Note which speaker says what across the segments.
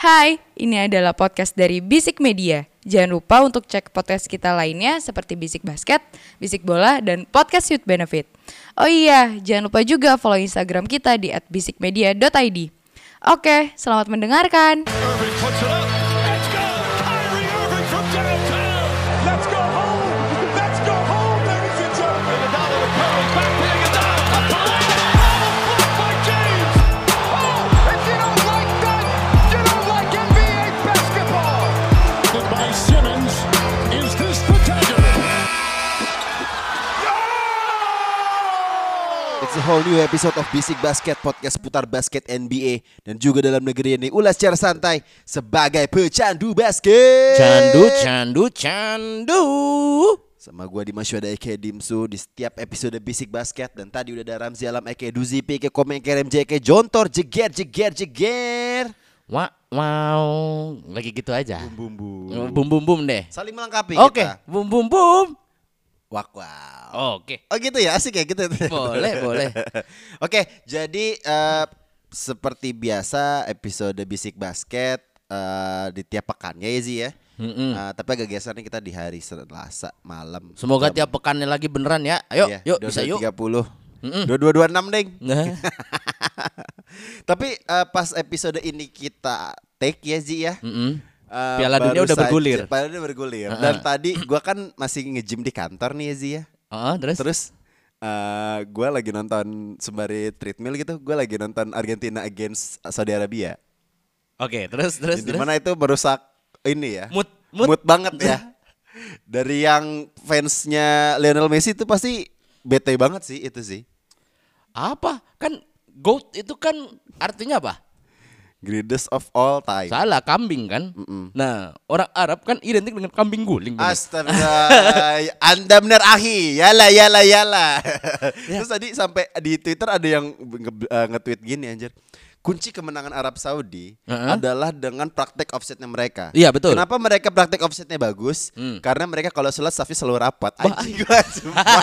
Speaker 1: Hai, ini adalah podcast dari Bisik Media. Jangan lupa untuk cek podcast kita lainnya seperti Bisik Basket, Bisik Bola, dan Podcast Youth Benefit. Oh iya, jangan lupa juga follow Instagram kita di @bisikmedia.id. Oke, selamat mendengarkan.
Speaker 2: It's a whole new episode of Bisik Basket, podcast putar basket NBA dan juga dalam negeri ini ulas secara santai sebagai pecandu basket.
Speaker 3: Candu.
Speaker 2: Sama gue Dimas Syuhada Eke Dimsu di setiap episode Bisik Basket. Dan tadi udah ada Ramzi Alam Eke Duzipi Eke Komeng Eke MJ Eke Jontor jeger.
Speaker 3: Wow, lagi gitu aja.
Speaker 2: Bum.
Speaker 3: Deh.
Speaker 2: Saling melengkapi
Speaker 3: Oke,
Speaker 2: kita.
Speaker 3: bum.
Speaker 2: Wow.
Speaker 3: Oke.
Speaker 2: Oh gitu ya, asik ya gitu.
Speaker 3: Boleh.
Speaker 2: Oke, jadi seperti biasa episode Bisik Basket di tiap pekannya ya Zi ya. Tapi agak gesernya kita di hari Selasa malam.
Speaker 3: Semoga tiap pekannya lagi beneran ya. Ayo, yuk bisa yuk.
Speaker 2: 30. 2226 deng.
Speaker 3: Nah.
Speaker 2: Tapi pas episode ini kita take ya Zi ya.
Speaker 3: Piala Dunia udah bergulir.
Speaker 2: Piala Dunia bergulir. Dan tadi gua kan masih nge-gym di kantor nih ya Zi ya. Terus gue lagi nonton sembari treadmill gitu. Gue lagi nonton Argentina against Saudi Arabia.
Speaker 3: Oke, terus.
Speaker 2: Dimana itu merusak ini ya.
Speaker 3: Mood
Speaker 2: banget ya. Dari yang fansnya Lionel Messi itu pasti bete banget sih itu sih.
Speaker 3: Apa? Kan GOAT itu kan artinya apa?
Speaker 2: Greatest of all time.
Speaker 3: Salah, kambing kan? Nah, orang Arab kan identik dengan kambing guling.
Speaker 2: Astaga, Anda benar ahi. Yala. Terus tadi sampai di Twitter ada yang nge-tweet gini anjir. Kunci kemenangan Arab Saudi adalah dengan praktek offsetnya mereka.
Speaker 3: Iya betul.
Speaker 2: Kenapa mereka praktek offsetnya bagus? Karena mereka kalau sholat safnya selalu rapat. Anjing gua sumpah.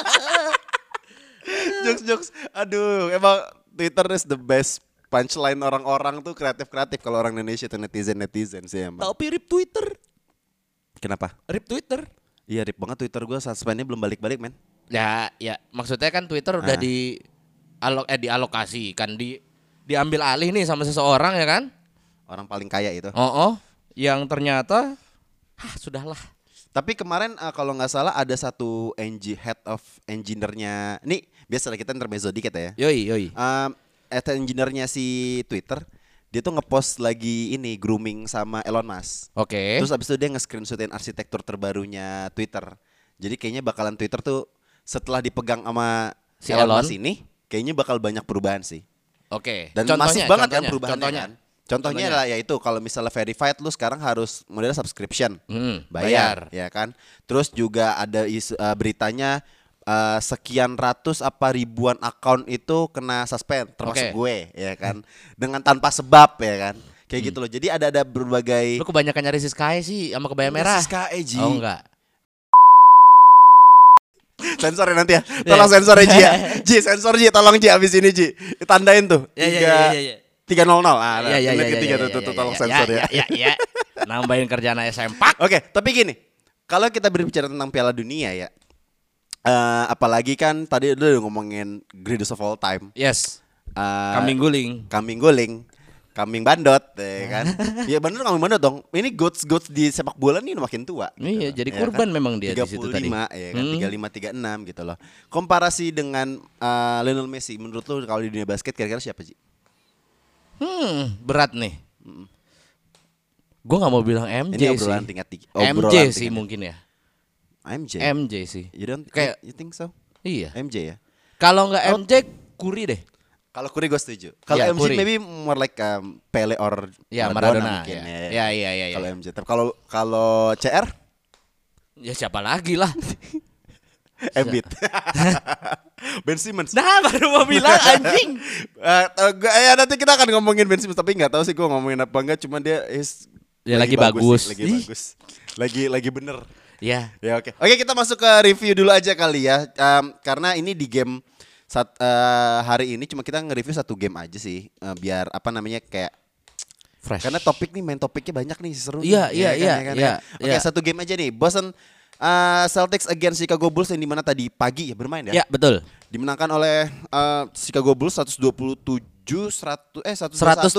Speaker 2: Jokes. Aduh, emang Twitter is the best. Punchline orang-orang tuh kreatif kalau orang Indonesia tuh netizen sih emang.
Speaker 3: Tapi rip Twitter.
Speaker 2: Kenapa?
Speaker 3: Rip Twitter.
Speaker 2: Iya rip banget Twitter gue, suspendnya belum balik men.
Speaker 3: Ya maksudnya kan Twitter udah dialokasikan, diambil alih nih sama seseorang ya kan?
Speaker 2: Orang paling kaya itu.
Speaker 3: Yang ternyata sudahlah.
Speaker 2: Tapi kemarin kalau nggak salah ada satu head of engineer-nya. Nih biasalah kita intermezzo dikit ya.
Speaker 3: Yoi.
Speaker 2: Engineer-nya si Twitter, dia tuh ngepost lagi ini grooming sama Elon Musk.
Speaker 3: Oke.
Speaker 2: Terus abis itu dia nge-screenshotin arsitektur terbarunya Twitter. Jadi kayaknya bakalan Twitter tuh setelah dipegang sama
Speaker 3: si
Speaker 2: Elon
Speaker 3: Musk
Speaker 2: Musk ini, kayaknya bakal banyak perubahan sih.
Speaker 3: Oke.
Speaker 2: Dan masif banget kan perubahannya. Contohnya lah yaitu kalau misalnya verified lu sekarang harus model subscription, bayar ya kan. Terus juga ada beritanya sekian ratus apa ribuan account itu kena suspend termasuk gue ya kan, dengan tanpa sebab ya kan, kayak gitu loh. Jadi ada berbagai.
Speaker 3: Lu kebanyakan nyari Siskae sih sama kebaya merah.
Speaker 2: Siskae Ji.
Speaker 3: Oh enggak.
Speaker 2: Sensor ya nanti ya. Tolong sensor ya Ji ya. Ji sensor Ji, tolong Ji abis ini Ji. Tandain tuh. 300. Menit ketiga tuh tolong sensor ya.
Speaker 3: Ya. Nambahin kerjaan sempak.
Speaker 2: Oke, tapi gini. Kalau kita berbicara tentang Piala Dunia ya. Apalagi kan tadi udah ngomongin greatest of all time.
Speaker 3: Yes. Kambing guling,
Speaker 2: kambing bandot ya kan. Ya bener kambing bandot dong. Ini goats di sepak bola nih makin tua gitu.
Speaker 3: Iya, jadi kurban kan? Memang dia
Speaker 2: 35,
Speaker 3: di situ tadi.
Speaker 2: 35 ya kan, 35 36 gitu loh. Komparasi dengan Lionel Messi, menurut lu kalau di dunia basket kira-kira siapa sih?
Speaker 3: Berat nih. Gue nggak mau bilang MJ
Speaker 2: ini
Speaker 3: sih.
Speaker 2: MJ
Speaker 3: sih mungkin ya. MJ sih.
Speaker 2: You think so?
Speaker 3: Iya.
Speaker 2: MJ ya.
Speaker 3: Kalau nggak MJ, Curry deh.
Speaker 2: Kalau Curry gue setuju. Kalau MJ
Speaker 3: Curry.
Speaker 2: maybe more like Pele or
Speaker 3: Maradona
Speaker 2: mungkin
Speaker 3: ya.
Speaker 2: Kalau MJ. Tapi kalau CR?
Speaker 3: Ya siapa lagi lah.
Speaker 2: Embiid. Ben Simmons.
Speaker 3: Nah baru mau bilang anjing.
Speaker 2: Nanti kita akan ngomongin Ben Simmons, tapi nggak tahu sih gue ngomongin apa enggak. Cuma dia
Speaker 3: lagi bagus.
Speaker 2: Lagi bener.
Speaker 3: Ya
Speaker 2: oke, kita masuk ke review dulu aja kali ya. Karena ini di game hari ini cuma kita nge-review satu game aja sih. Biar kayak
Speaker 3: Fresh.
Speaker 2: Karena main topiknya banyak nih seru.
Speaker 3: Iya,
Speaker 2: nih,
Speaker 3: iya,
Speaker 2: kan.
Speaker 3: iya.
Speaker 2: Oke,
Speaker 3: Iya.
Speaker 2: satu game aja nih. Boston Celtics against Chicago Bulls yang dimana tadi pagi ya bermain ya.
Speaker 3: Ya, betul.
Speaker 2: Dimenangkan oleh Chicago Bulls 127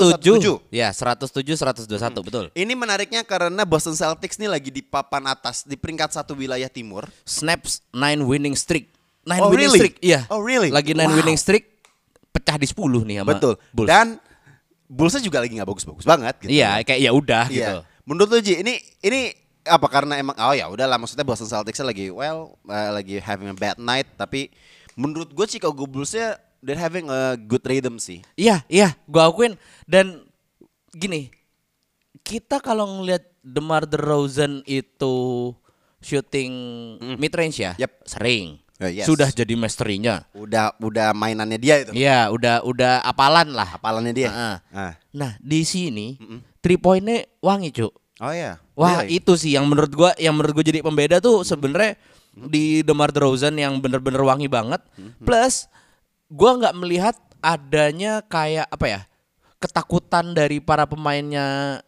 Speaker 3: Ya, 107 121 betul.
Speaker 2: Ini menariknya karena Boston Celtics nih lagi di papan atas di peringkat 1 wilayah timur.
Speaker 3: Snaps 9 winning streak. 9
Speaker 2: Oh,
Speaker 3: winning
Speaker 2: really?
Speaker 3: streak. Iya.
Speaker 2: Oh, really?
Speaker 3: Lagi 9
Speaker 2: Wow.
Speaker 3: winning streak pecah di 10 nih sama
Speaker 2: Betul.
Speaker 3: Bulls.
Speaker 2: Dan Bullsnya juga lagi nggak bagus-bagus banget gitu.
Speaker 3: Iya, kayak ya udah
Speaker 2: Iya.
Speaker 3: gitu.
Speaker 2: Menurut lu Ji, ini apa karena emang ya udahlah maksudnya Boston Celtics lagi lagi having a bad night, tapi menurut gue Chicago Bulls-nya they're having a good rhythm sih.
Speaker 3: Iya, gua akuin. Dan gini, kita kalau ngelihat DeMar DeRozan itu shooting mid range ya,
Speaker 2: Yep.
Speaker 3: sering.
Speaker 2: Yes.
Speaker 3: Sudah jadi mastery-nya.
Speaker 2: Udah mainannya dia itu.
Speaker 3: Iya, udah apalan lah.
Speaker 2: Apalannya dia.
Speaker 3: Nah, di sini 3 point-nya wangi, Cuk.
Speaker 2: Oh ya.
Speaker 3: Wah, itu sih yang menurut gua jadi pembeda tuh sebenarnya di DeMar DeRozan yang bener-bener wangi banget. Plus gua nggak melihat adanya kayak apa ya? Ketakutan dari para pemainnya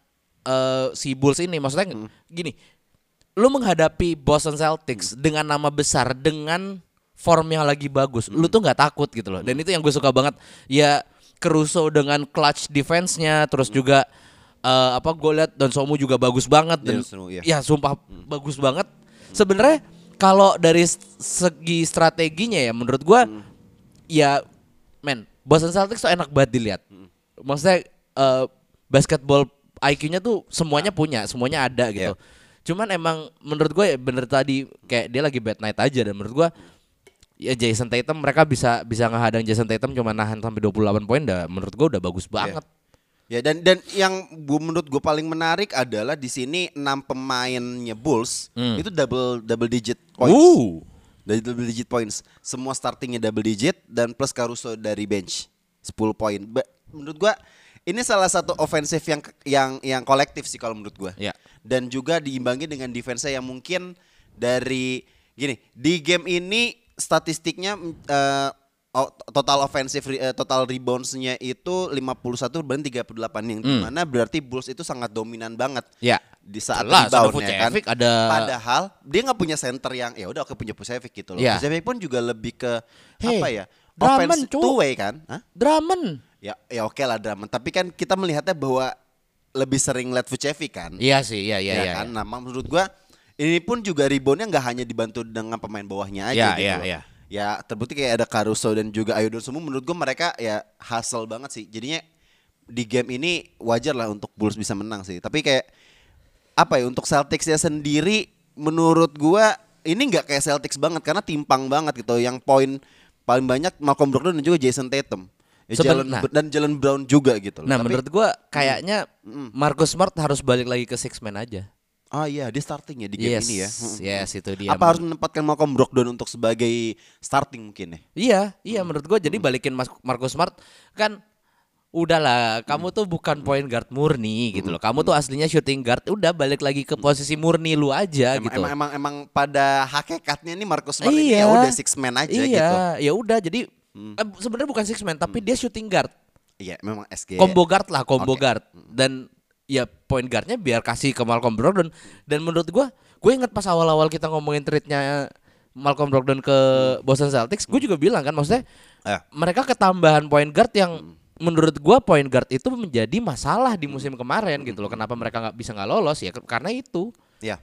Speaker 3: si Bulls ini. Maksudnya gini, lu menghadapi Boston Celtics dengan nama besar, dengan form yang lagi bagus, lu tuh nggak takut gitu loh. Dan itu yang gue suka banget. Ya Caruso dengan clutch defense-nya, terus juga gue lihat Donsomu juga bagus banget dan ya sumpah bagus banget. Sebenarnya kalau dari segi strateginya ya menurut gue ya Boston Celtics tuh enak banget dilihat. Maksudnya basketball IQ-nya tuh semuanya punya, semuanya ada gitu. Cuman emang menurut gue ya bener tadi kayak dia lagi bad night aja, dan menurut gue ya Jason Tatum, mereka bisa ngehadang Jason Tatum cuma nahan sampai 28 poin, menurut gue udah bagus banget.
Speaker 2: Ya dan yang menurut gue paling menarik adalah di sini 6 pemainnya Bulls itu double digit points. Dari double digit points. Semua startingnya double digit dan plus Caruso dari bench 10 poin. Menurut gue ini salah satu ofensif yang kolektif sih kalau menurut gue.
Speaker 3: Ya.
Speaker 2: Dan juga diimbangi dengan defense yang mungkin dari gini, di game ini statistiknya total offensive total rebounds-nya itu 51 banding 38 yang dimana berarti Bulls itu sangat dominan banget di saat rebound-nya kan. Padahal dia nggak punya center yang ya udah punya Vucevic gitu loh. Vucevic pun juga lebih ke offense two way kan?
Speaker 3: Drummond.
Speaker 2: Ya oke lah Drummond, tapi kan kita melihatnya bahwa lebih sering lihat Vucevic kan.
Speaker 3: Iya sih, iya
Speaker 2: kan. Nah, menurut gua ini pun juga reboundnya nggak hanya dibantu dengan pemain bawahnya aja gitu loh. Ya terbukti kayak ada Caruso dan juga Ayo Dosunmu, menurut gua mereka ya hustle banget sih. Jadinya di game ini wajar lah untuk Bulls bisa menang sih. Tapi kayak untuk Celticsnya sendiri menurut gua ini nggak kayak Celtics banget karena timpang banget gitu. Yang poin paling banyak Malcolm Brogdon dan juga Jason Tatum. Dan Jalen Brown juga gitu loh.
Speaker 3: Nah, tapi menurut gua kayaknya Marcus Smart harus balik lagi ke six man aja.
Speaker 2: Oh iya, dia starting ya di game ini ya.
Speaker 3: Yes, itu dia.
Speaker 2: Apa harus menempatkan Malcolm Brogdon untuk sebagai starting mungkin ya?
Speaker 3: Iya menurut gua jadi balikin Marcus Smart kan. Udahlah, kamu tuh bukan point guard murni gitu loh. Kamu tuh aslinya shooting guard. Udah balik lagi ke posisi murni lu aja gitu.
Speaker 2: Emang pada hakikatnya nih Marcus Smart ini ya udah six man aja gitu.
Speaker 3: Iya, ya udah jadi sebenarnya bukan six man tapi dia shooting guard.
Speaker 2: Iya, memang SG.
Speaker 3: Combo guard lah, guard. Dan ya point guardnya biar kasih ke Malcolm Brogdon. Dan menurut gue inget pas awal-awal kita ngomongin trade-nya Malcolm Brogdon ke Boston Celtics, gue juga bilang kan maksudnya mereka ketambahan point guard yang menurut gue point guard itu menjadi masalah di musim kemarin gitu loh. Kenapa mereka nggak lolos ya karena itu.
Speaker 2: Ya.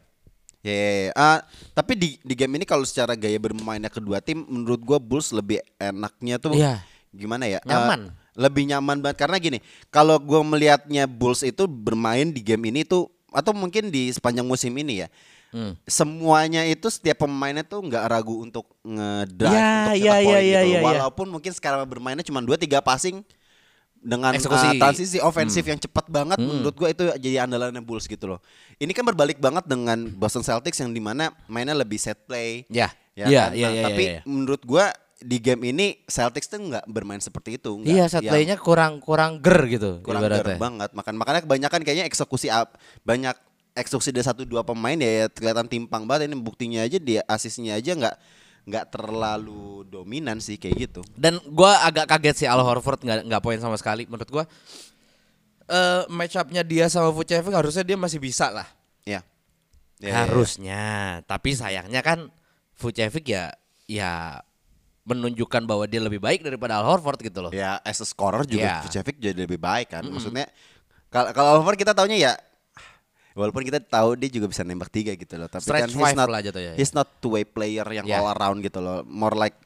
Speaker 2: Tapi di game ini kalau secara gaya bermainnya kedua tim, menurut gue Bulls lebih enaknya tuh gimana ya?
Speaker 3: Nyaman.
Speaker 2: Lebih nyaman banget karena gini, kalau gue melihatnya Bulls itu bermain di game ini tuh atau mungkin di sepanjang musim ini ya, semuanya itu setiap pemainnya tuh nggak ragu untuk ngedrive untuk cetak poin gitu. Walaupun mungkin sekarang bermainnya cuma 2-3 passing dengan transisi ofensif yang cepat banget, menurut gue itu jadi andalannya Bulls gitu loh. Ini kan berbalik banget dengan Boston Celtics yang dimana mainnya lebih set play. Tapi menurut gue di game ini Celtics tuh nggak bermain seperti itu.
Speaker 3: Set play-nya kurang ger gitu.
Speaker 2: Kurang ger banget. Makanya kebanyakan kayaknya banyak eksekusi dari 1-2 pemain ya kelihatan timpang banget. Ini buktinya aja dia asisnya aja nggak terlalu dominan sih kayak gitu.
Speaker 3: Dan gue agak kaget sih Al Horford nggak poin sama sekali. Menurut gue match up-nya dia sama Vucevic harusnya dia masih bisa lah.
Speaker 2: Ya.
Speaker 3: Harusnya. Tapi sayangnya kan Vucevic ya menunjukkan bahwa dia lebih baik daripada Al Horford gitu loh.
Speaker 2: Ya, as a scorer juga Vucevic jadi lebih baik kan. Maksudnya kalau Al Horford kita taunya ya, walaupun kita tahu dia juga bisa nembak 3 gitu loh, tapi
Speaker 3: Stretch
Speaker 2: kan he's not two-way player yang all around gitu loh. More like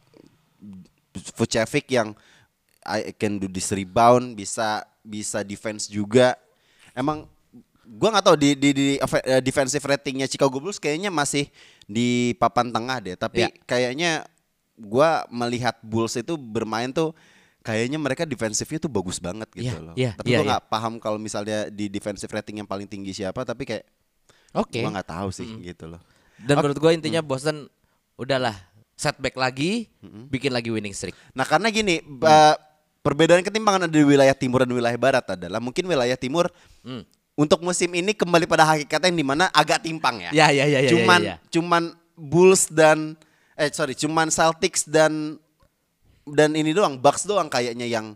Speaker 2: Vucevic yang I can do this rebound, bisa defense juga. Emang gua nggak tahu di defensive ratingnya Chicago Bulls kayaknya masih di papan tengah deh. Tapi kayaknya gua melihat Bulls itu bermain tuh kayaknya mereka defensifnya tuh bagus banget gitu loh. Tapi gue nggak paham kalau misalnya di defensive rating yang paling tinggi siapa. Tapi kayak gue nggak tahu sih gitu loh.
Speaker 3: Dan menurut gue intinya Boston udahlah setback lagi, bikin lagi winning streak.
Speaker 2: Nah karena gini, perbedaan ketimpangan ada di wilayah timur dan wilayah barat adalah mungkin wilayah timur untuk musim ini kembali pada hakikatnya yang dimana agak timpang ya. Cuman Bulls dan cuman Celtics dan ini doang, Bucks doang kayaknya yang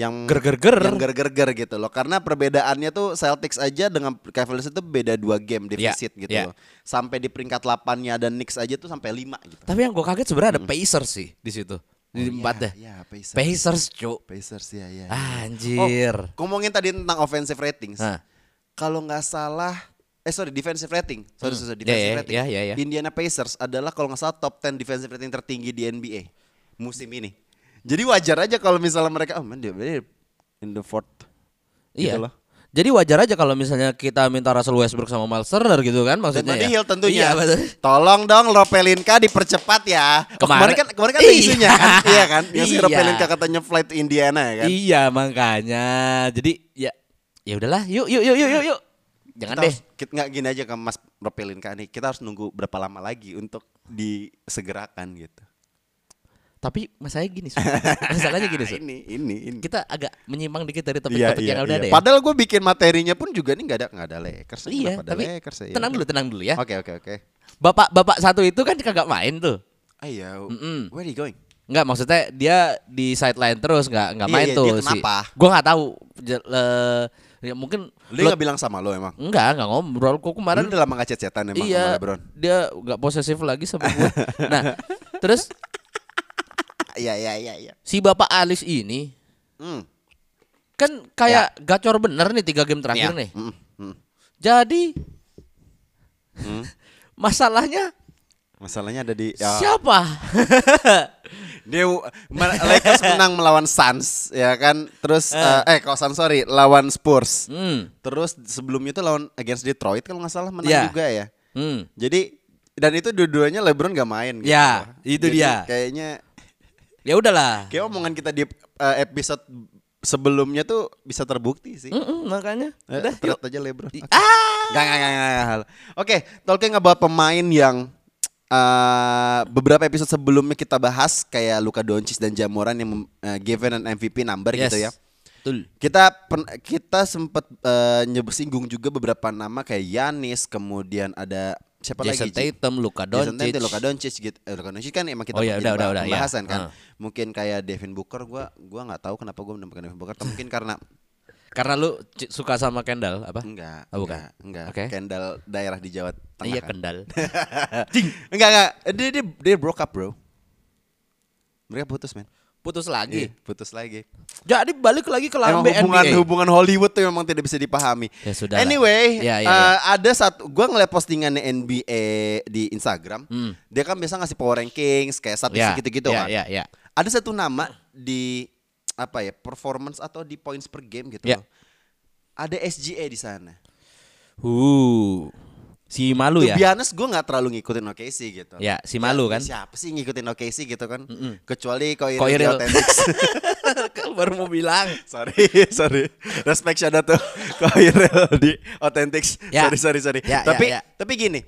Speaker 2: ger-ger gitu loh. Karena perbedaannya tuh Celtics aja dengan Cavaliers itu beda 2 game defisit gitu loh. Sampai di peringkat 8-nya dan Knicks aja tuh sampai 5 gitu.
Speaker 3: Tapi yang gue kaget sebenarnya ada Pacers sih di situ. Di tempatnya. Pacers, Cuk.
Speaker 2: Pacers ya.
Speaker 3: Anjir.
Speaker 2: Ngomongin tadi tentang offensive ratings. Kalau nggak salah defensive rating. Defensive rating. Indiana Pacers adalah kalau nggak salah top 10 defensive rating tertinggi di NBA musim ini. Jadi wajar aja kalau misalnya mereka dia in the fourth.
Speaker 3: Iya.
Speaker 2: Gitu loh.
Speaker 3: Jadi wajar aja kalau misalnya kita minta Russell Westbrook sama Miles Turner gitu kan maksudnya.
Speaker 2: Dan Hill tentunya.
Speaker 3: Iya, betul.
Speaker 2: Tolong dong Ropelinka dipercepat ya. Kemarin kan ada isunya kan. Iya kan? Yang si Ropelinka katanya flight to Indiana ya kan.
Speaker 3: Iya makanya. Jadi ya udahlah yuk. Jangan deh.
Speaker 2: Nggak gini aja ke Mas Ropelinka nih. Kita harus nunggu berapa lama lagi untuk disegerakan gitu.
Speaker 3: Tapi masalahnya gini, masalahnya gini,
Speaker 2: ini.
Speaker 3: Kita agak menyimpang dikit dari topik-topik yang udah ada ya.
Speaker 2: Padahal gue bikin materinya pun juga nih nggak ada Lakers.
Speaker 3: Iya, tapi Lakers, tenang dulu ya.
Speaker 2: Oke.
Speaker 3: Bapak satu itu kan kagak main tuh.
Speaker 2: Iya. Where are you going?
Speaker 3: Enggak, maksudnya dia di sideline terus nggak main tuh.
Speaker 2: Dia kenapa?
Speaker 3: Gue nggak tahu. Ya mungkin
Speaker 2: lu nggak bilang sama lo emang?
Speaker 3: Nggak ngobrol. Kok kemarin
Speaker 2: lu udah lama nggak chat-chatan emang sama LeBron?
Speaker 3: Dia nggak posesif lagi sama gue. Nah, terus
Speaker 2: Iya.
Speaker 3: Si Bapak Alis ini kan kayak gacor bener nih 3 game terakhir nih. Jadi masalahnya ada di siapa?
Speaker 2: Dia Lakers menang melawan Suns ya kan. Terus lawan Spurs. Terus sebelumnya itu lawan against Detroit kalau nggak salah menang juga ya. Jadi dan itu dua-duanya LeBron gak main gitu.
Speaker 3: Ya, itu
Speaker 2: jadi,
Speaker 3: dia.
Speaker 2: Kayaknya
Speaker 3: ya udahlah.
Speaker 2: Kayak omongan kita di episode sebelumnya tuh bisa terbukti sih.
Speaker 3: Makanya udah
Speaker 2: yuk aja LeBron. Gak. Oke, talking about pemain yang beberapa episode sebelumnya kita bahas kayak Luka Doncic dan Ja Morant yang given an MVP number gitu ya.
Speaker 3: Betul.
Speaker 2: Kita sempat singgung juga beberapa nama kayak Giannis, kemudian ada siapa
Speaker 3: Jason
Speaker 2: lagi?
Speaker 3: Tatum, Luka Doncic.
Speaker 2: Luka Doncic gitu. Luka Doncic kan emang kita pembahasan kan. Mungkin kayak Devin Booker, gua nggak tahu kenapa gua menemukan Devin Booker. Mungkin karena
Speaker 3: lu suka sama Kendall apa?
Speaker 2: Enggak.
Speaker 3: Okay.
Speaker 2: Kendall daerah di Jawa Tengah.
Speaker 3: Iya,
Speaker 2: kan?
Speaker 3: Kendall.
Speaker 2: Enggak. Dia broke up, bro. Mereka putus, men.
Speaker 3: Putus lagi.
Speaker 2: Jadi
Speaker 3: balik lagi ke lambe NBA.
Speaker 2: Hubungan Hollywood tuh memang tidak bisa dipahami.
Speaker 3: Ya sudah.
Speaker 2: Anyway, ada satu, gua ngeliat postingannya NBA di Instagram. Dia kan biasa ngasih power rankings kayak statistik gitu-gitu kan.
Speaker 3: Iya.
Speaker 2: Ada satu nama di performance atau di points per game gitu loh. Ada SGA di sana.
Speaker 3: Si Malu ya.
Speaker 2: To be honest, gue gak terlalu ngikutin OKC gitu.
Speaker 3: Ya, si Malu kan.
Speaker 2: Siapa sih ngikutin OKC gitu kan? Kecuali Koiril Authentics.
Speaker 3: Baru mau bilang.
Speaker 2: Sorry. Respect shout out tuh Koiril di Authentics. Sorry. Tapi gini.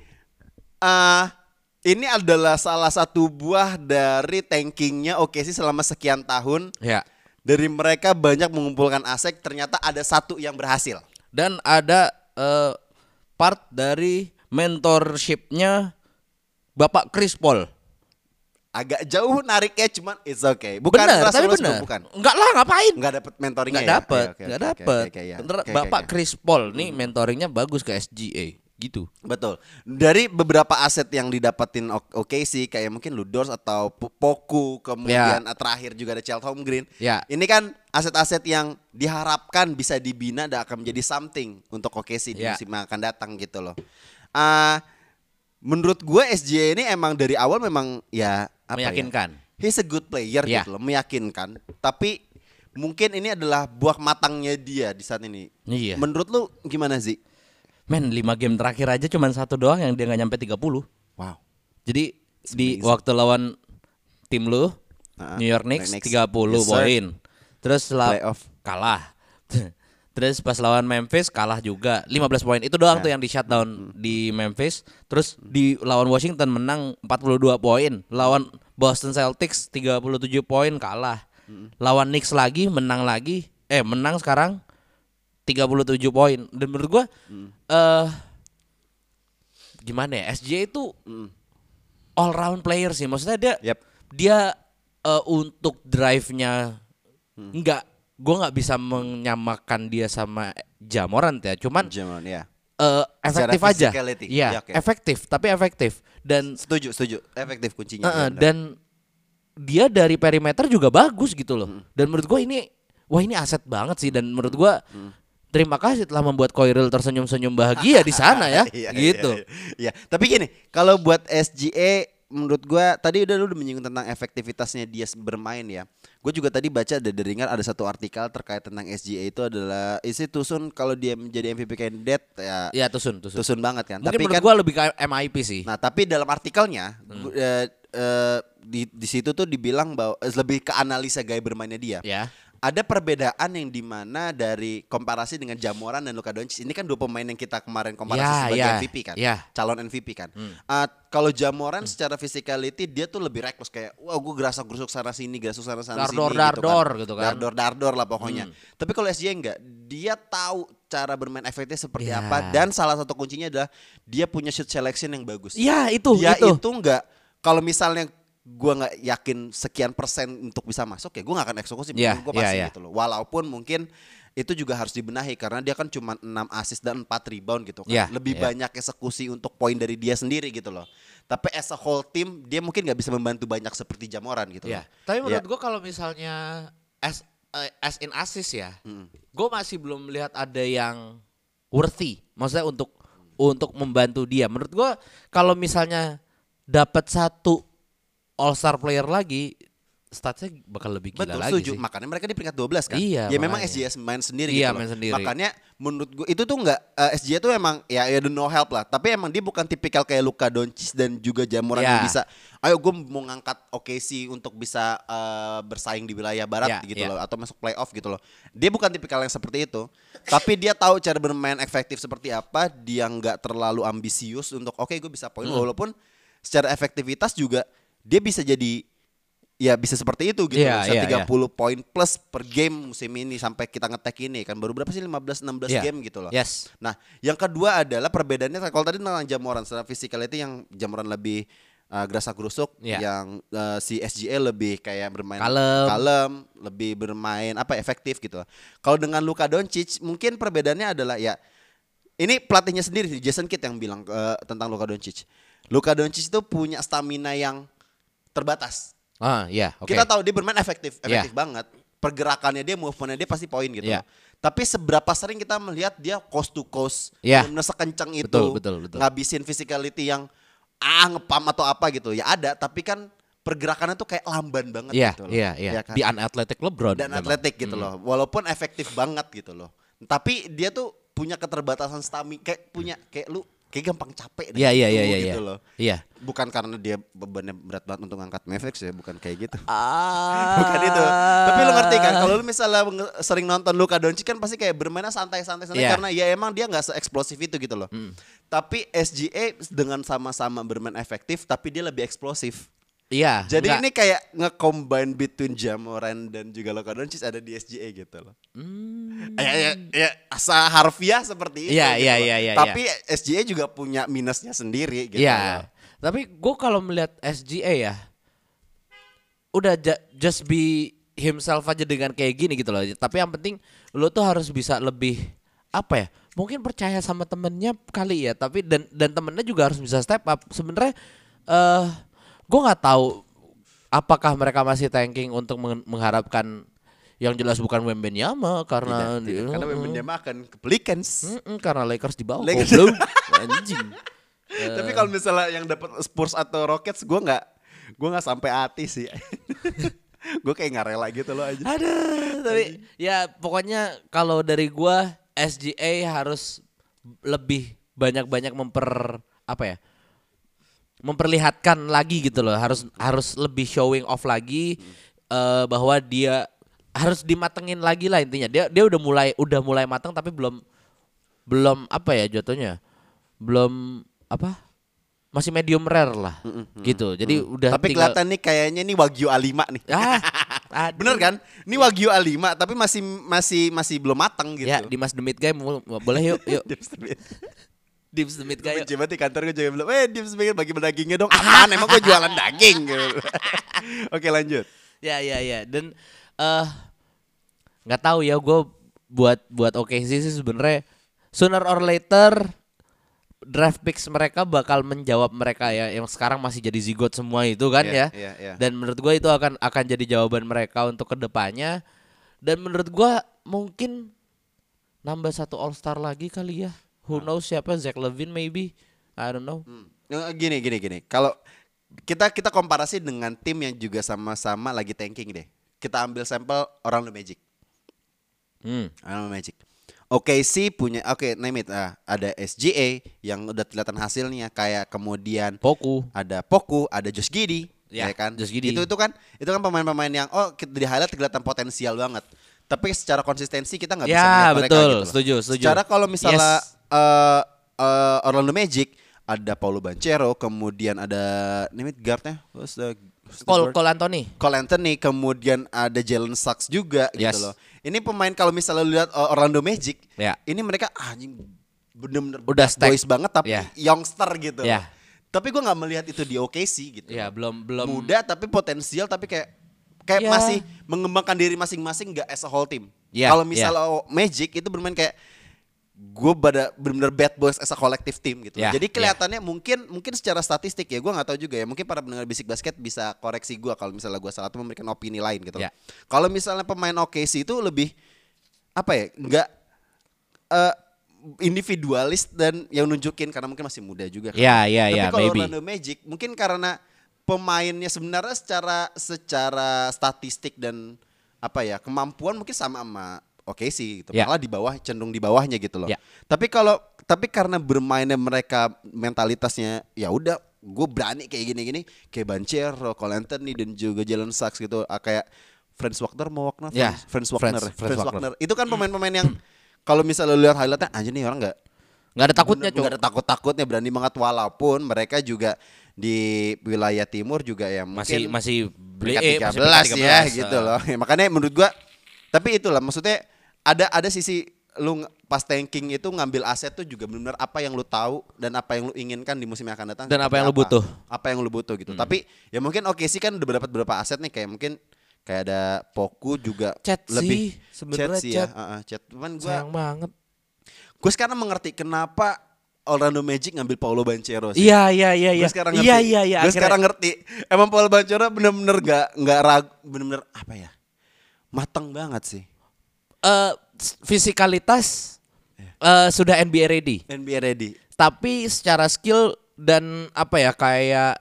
Speaker 2: Ini adalah salah satu buah dari tankingnya OKC selama sekian tahun.
Speaker 3: Ya.
Speaker 2: Dari mereka banyak mengumpulkan aset, ternyata ada satu yang berhasil.
Speaker 3: Dan ada part dari mentorshipnya Bapak Chris Paul.
Speaker 2: agak jauh nariknya, cuman it's okay. Bukan
Speaker 3: bener,
Speaker 2: Russell
Speaker 3: tapi
Speaker 2: Westbrook,
Speaker 3: bener.
Speaker 2: bukan.
Speaker 3: Enggak lah, ngapain?
Speaker 2: Enggak dapat mentoringnya
Speaker 3: Enggak
Speaker 2: ya.
Speaker 3: dapet,
Speaker 2: Oke,
Speaker 3: enggak
Speaker 2: oke,
Speaker 3: dapet.
Speaker 2: oke, ya.
Speaker 3: Bener,
Speaker 2: Oke,
Speaker 3: Bapak
Speaker 2: oke.
Speaker 3: Chris Paul nih mentoringnya bagus ke SGA gitu.
Speaker 2: Betul. Dari beberapa aset yang didapatin OKC kayak mungkin Ludors atau Poku, kemudian terakhir juga ada Chet Holmgren.
Speaker 3: Ya.
Speaker 2: Ini kan aset-aset yang diharapkan bisa dibina dan akan menjadi something untuk OKC di musim yang akan datang gitu loh. Menurut gue SGA ini emang dari awal memang ya apa
Speaker 3: Meyakinkan.
Speaker 2: ya? He's a good player gitu loh, meyakinkan. Tapi mungkin ini adalah buah matangnya dia di saat ini.
Speaker 3: Iya.
Speaker 2: Menurut lu gimana sih?
Speaker 3: Men, 5 game terakhir aja cuman 1 doang yang dia gak nyampe 30.
Speaker 2: Wow.
Speaker 3: Jadi di
Speaker 2: amazing.
Speaker 3: waktu lawan tim lu New York Knicks 30 poin. Terus
Speaker 2: Playoff.
Speaker 3: kalah. Terus pas lawan Memphis kalah juga 15 poin. Itu doang tuh yang di shutdown di Memphis. Terus di lawan Washington menang 42 poin. Lawan Boston Celtics 37 poin kalah. Lawan Knicks lagi menang lagi. Menang sekarang 37 poin. Dan menurut gua gimana ya? SGA itu all round player sih. Maksudnya dia untuk drive-nya gue nggak bisa menyamakan dia sama Ja Morant ya. Cuman efektif aja. Iya, efektif tapi efektif. Dan
Speaker 2: setuju. Efektif kuncinya.
Speaker 3: Dan dia dari perimeter juga bagus gitu loh. Dan menurut gue ini aset banget sih. Dan menurut gue terima kasih telah membuat Koiril tersenyum-senyum bahagia di sana ya. Gitu.
Speaker 2: Iya. Tapi gini, kalau buat SGA menurut gue tadi lu udah menyinggung tentang efektivitasnya dia bermain ya. Gue juga tadi baca ada dengar ada satu artikel terkait tentang SGA itu adalah isi Tusun kalau dia menjadi MVP candidate ya.
Speaker 3: Iya, Tusun
Speaker 2: banget kan.
Speaker 3: Mungkin
Speaker 2: tapi
Speaker 3: menurut
Speaker 2: kan
Speaker 3: gue lebih ke MIP sih.
Speaker 2: Nah, tapi dalam artikelnya di situ tuh dibilang bahwa lebih ke analisa gaya bermainnya dia.
Speaker 3: Ya.
Speaker 2: Ada perbedaan yang dimana dari komparasi dengan Ja Morant dan Luka Doncic. Ini kan dua pemain yang kita kemarin komparasi sebagai MVP kan, calon MVP kan. Kalau Ja Morant secara physicality dia tuh lebih reckless kayak, wah gue gerasa gerusuk sana sini gitu kan. Dardor lah pokoknya. Tapi kalau SGA enggak, dia tahu cara bermain efektif seperti apa dan salah satu kuncinya adalah dia punya shoot selection yang bagus.
Speaker 3: Iya itu.
Speaker 2: Itu enggak kalau misalnya gue nggak yakin sekian persen untuk bisa masuk ya gue nggak akan eksekusi, gue pasti gitu loh. Walaupun mungkin itu juga harus dibenahi karena dia kan cuma 6 assist dan 4 rebound gitu kan. Lebih banyak eksekusi untuk poin dari dia sendiri gitu loh. Tapi as a whole team dia mungkin nggak bisa membantu banyak seperti Ja Morant gitu loh.
Speaker 3: Tapi menurut gue kalau misalnya as in assist ya, gue masih belum melihat ada yang worthy. Maksudnya untuk membantu dia. Menurut gue kalau misalnya dapat satu All-Star player lagi, statsnya bakal lebih gila lagi sih.
Speaker 2: Makanya mereka di peringkat 12 kan.
Speaker 3: Iya,
Speaker 2: ya memang SGA main sendiri
Speaker 3: gitu
Speaker 2: main
Speaker 3: sendiri.
Speaker 2: Makanya menurut gue itu tuh enggak SGA tuh emang ya no help lah. Tapi emang dia bukan tipikal kayak Luka Doncic dan juga Ja Morant yang bisa ayo gue mau ngangkat OKC untuk bisa bersaing di wilayah barat gitu loh atau masuk playoff gitu loh. Dia bukan tipikal yang seperti itu. Tapi dia tahu cara bermain efektif seperti apa. Dia enggak terlalu ambisius untuk gue bisa poin walaupun secara efektivitas juga dia bisa jadi ya bisa seperti itu gitu bisa 30 poin plus per game musim ini sampai kita ngetek ini kan baru berapa sih 15-16 game gitu loh. Nah, yang kedua adalah perbedaannya kalau tadi tentang Ja Morant secara physicality yang Ja Morant lebih gerasa gerusuk, yang si SGA lebih kayak bermain kalem, lebih bermain efektif gitu. Kalau dengan Luka Doncic mungkin perbedaannya adalah ya ini pelatihnya sendiri Jason Kidd yang bilang tentang Luka Doncic. Luka Doncic itu punya stamina yang terbatas. Kita tahu dia bermain efektif banget. Pergerakannya dia, movementnya dia pasti poin gitu. Tapi seberapa sering kita melihat dia coast to coast, benar sekencang itu, ngabisin physicality yang ngepam atau apa gitu. Ya ada, tapi kan pergerakannya tuh kayak lamban banget gitu loh.
Speaker 3: Kan? Di unathletic LeBron.
Speaker 2: Dan atletik gitu loh. Walaupun efektif banget gitu loh. Tapi dia tuh punya keterbatasan stamina kayak lu kayak gampang capek gitu loh. Bukan karena dia bebannya berat banget untuk ngangkat Mavericks ya, bukan kayak gitu. Bukan itu. Tapi lu ngerti kan kalau lu misalnya sering nonton Luka Doncic kan pasti kayak bermainnya santai-santai karena ya emang dia enggak se-eksplosif itu gitu loh. Tapi SGA dengan sama-sama bermain efektif tapi dia lebih eksplosif. Jadi ini kayak nge-combine between Ja Morant dan juga Luka Doncic ada di SGA gitu loh. Ya harfiah seperti itu. Tapi SGA juga punya minusnya sendiri gitu.
Speaker 3: Tapi gue kalau melihat SGA ya, udah just be himself aja dengan kayak gini gitu loh. Tapi yang penting lu tuh harus bisa lebih apa ya? Mungkin percaya sama temennya kali ya, tapi dan temennya juga harus bisa step up. Sebenarnya gue nggak tahu apakah mereka masih tanking untuk mengharapkan yang jelas bukan Wembanyama karena
Speaker 2: karena Wembanyama akan ke Pelicans.
Speaker 3: Karena Lakers di bawah.
Speaker 2: Lakers.
Speaker 3: Anjing.
Speaker 2: Tapi kalau misalnya yang dapat Spurs atau Rockets, gue nggak sampai hati sih. Gue kayak nggak rela gitu loh aja.
Speaker 3: Aduh, tapi ya pokoknya kalau dari gue SGA harus lebih banyak memperlihatkan lagi gitu loh. Harus lebih showing off lagi bahwa dia harus dimatengin lagi lah intinya. Dia udah mulai matang tapi belum apa ya jatuhnya. Belum apa? Masih medium rare lah. Gitu. Jadi udah
Speaker 2: tapi kelihatan nih kayaknya nih Wagyu A5 nih. Bener kan? Ini Wagyu A5 tapi masih belum matang gitu.
Speaker 3: Ya, Dimas Demit guy boleh yuk. Dimas Demit guy.
Speaker 2: Coba di kantor gue juga bilang, Dimas Demit bagi dagingnya dong. Apaan emang gue jualan daging gitu. Oke, lanjut.
Speaker 3: Ya. Dan nggak tahu ya gue buat OKC sih sebenarnya sooner or later draft picks mereka bakal menjawab mereka ya yang sekarang masih jadi zigot semua itu kan ya. Dan menurut gue itu akan jadi jawaban mereka untuk kedepannya. Dan menurut gue mungkin nambah satu All Star lagi kali ya. Who knows siapa, Zach LaVine maybe, I don't know.
Speaker 2: Gini. Kalau kita komparasi dengan tim yang juga sama-sama lagi tanking deh. Kita ambil sampel Orlando Magic. Orlando Magic. OKC punya name it ada SGA yang udah kelihatan hasilnya kayak kemudian ada Poku, ada Josh Giddey, ya kan?
Speaker 3: Josh Giddey.
Speaker 2: Itu kan pemain-pemain yang di highlight kelihatan potensial banget. Tapi secara konsistensi kita nggak bisa melihat mereka gitu loh.
Speaker 3: Setuju.
Speaker 2: Secara kalau misalnya Orlando Magic ada Paulo Banchero, kemudian ada name it guardnya,
Speaker 3: Cole Anthony,
Speaker 2: kemudian ada Jalen Suggs juga gitu loh. Ini pemain kalau misalnya lihat Orlando Magic, ini mereka anjing bener-bener
Speaker 3: udah
Speaker 2: boys banget tapi youngster gitu.
Speaker 3: Yeah.
Speaker 2: Tapi gue nggak melihat itu di OKC gitu.
Speaker 3: Ya belum
Speaker 2: muda tapi potensial tapi kayak masih mengembangkan diri masing-masing nggak as a whole team. Kalau misalnya Magic itu bermain kayak gue benar-benar bad boys as a collective team gitu. Jadi kelihatannya mungkin secara statistik ya gue nggak tahu juga ya, mungkin para pendengar Bisik Basket bisa koreksi gue kalau misalnya gue salah atau memberikan opini lain gitu. Kalau misalnya pemain OKC itu lebih apa ya, nggak individualis dan yang nunjukin karena mungkin masih muda juga kan. Tapi kalau Orlando Magic mungkin karena pemainnya sebenarnya secara statistik dan apa ya kemampuan mungkin sama OKC gitu. Malah cenderung di bawahnya gitu loh. Tapi karena bermainnya mereka mentalitasnya ya udah gue berani kayak gini-gini kayak Banchero, Cole Anthony dan juga Jalen Suggs gitu. Kayak Franz Wagner. Itu kan pemain-pemain yang kalau misalnya lihat highlightnya aja nih orang nggak ada takutnya, nggak ada takutnya, berani banget walaupun mereka juga di wilayah timur juga ya mungkin
Speaker 3: masih
Speaker 2: peringkat 13 ya gitu loh. Makanya menurut gua tapi itulah maksudnya ada sisi lu pas tanking itu ngambil aset tuh juga benar apa yang lu tahu dan apa yang lu inginkan di musim yang akan datang
Speaker 3: dan apa yang lu butuh.
Speaker 2: Apa yang lu butuh gitu. Tapi ya mungkin OKC kan udah dapat beberapa aset nih kayak mungkin kayak ada Poku juga lebih
Speaker 3: sebenarnya
Speaker 2: Chat. Cuman gua
Speaker 3: sayang banget.
Speaker 2: Gue sekarang mengerti kenapa Orlando Magic ngambil Paulo Banchero sih.
Speaker 3: Iya.
Speaker 2: Gue sekarang ngerti. Gue sekarang ngerti. Emang Paulo Banchero bener-bener nggak ragu, bener-bener apa ya? Matang banget sih.
Speaker 3: Fisikalitas sudah NBA ready. Tapi secara skill dan apa ya kayak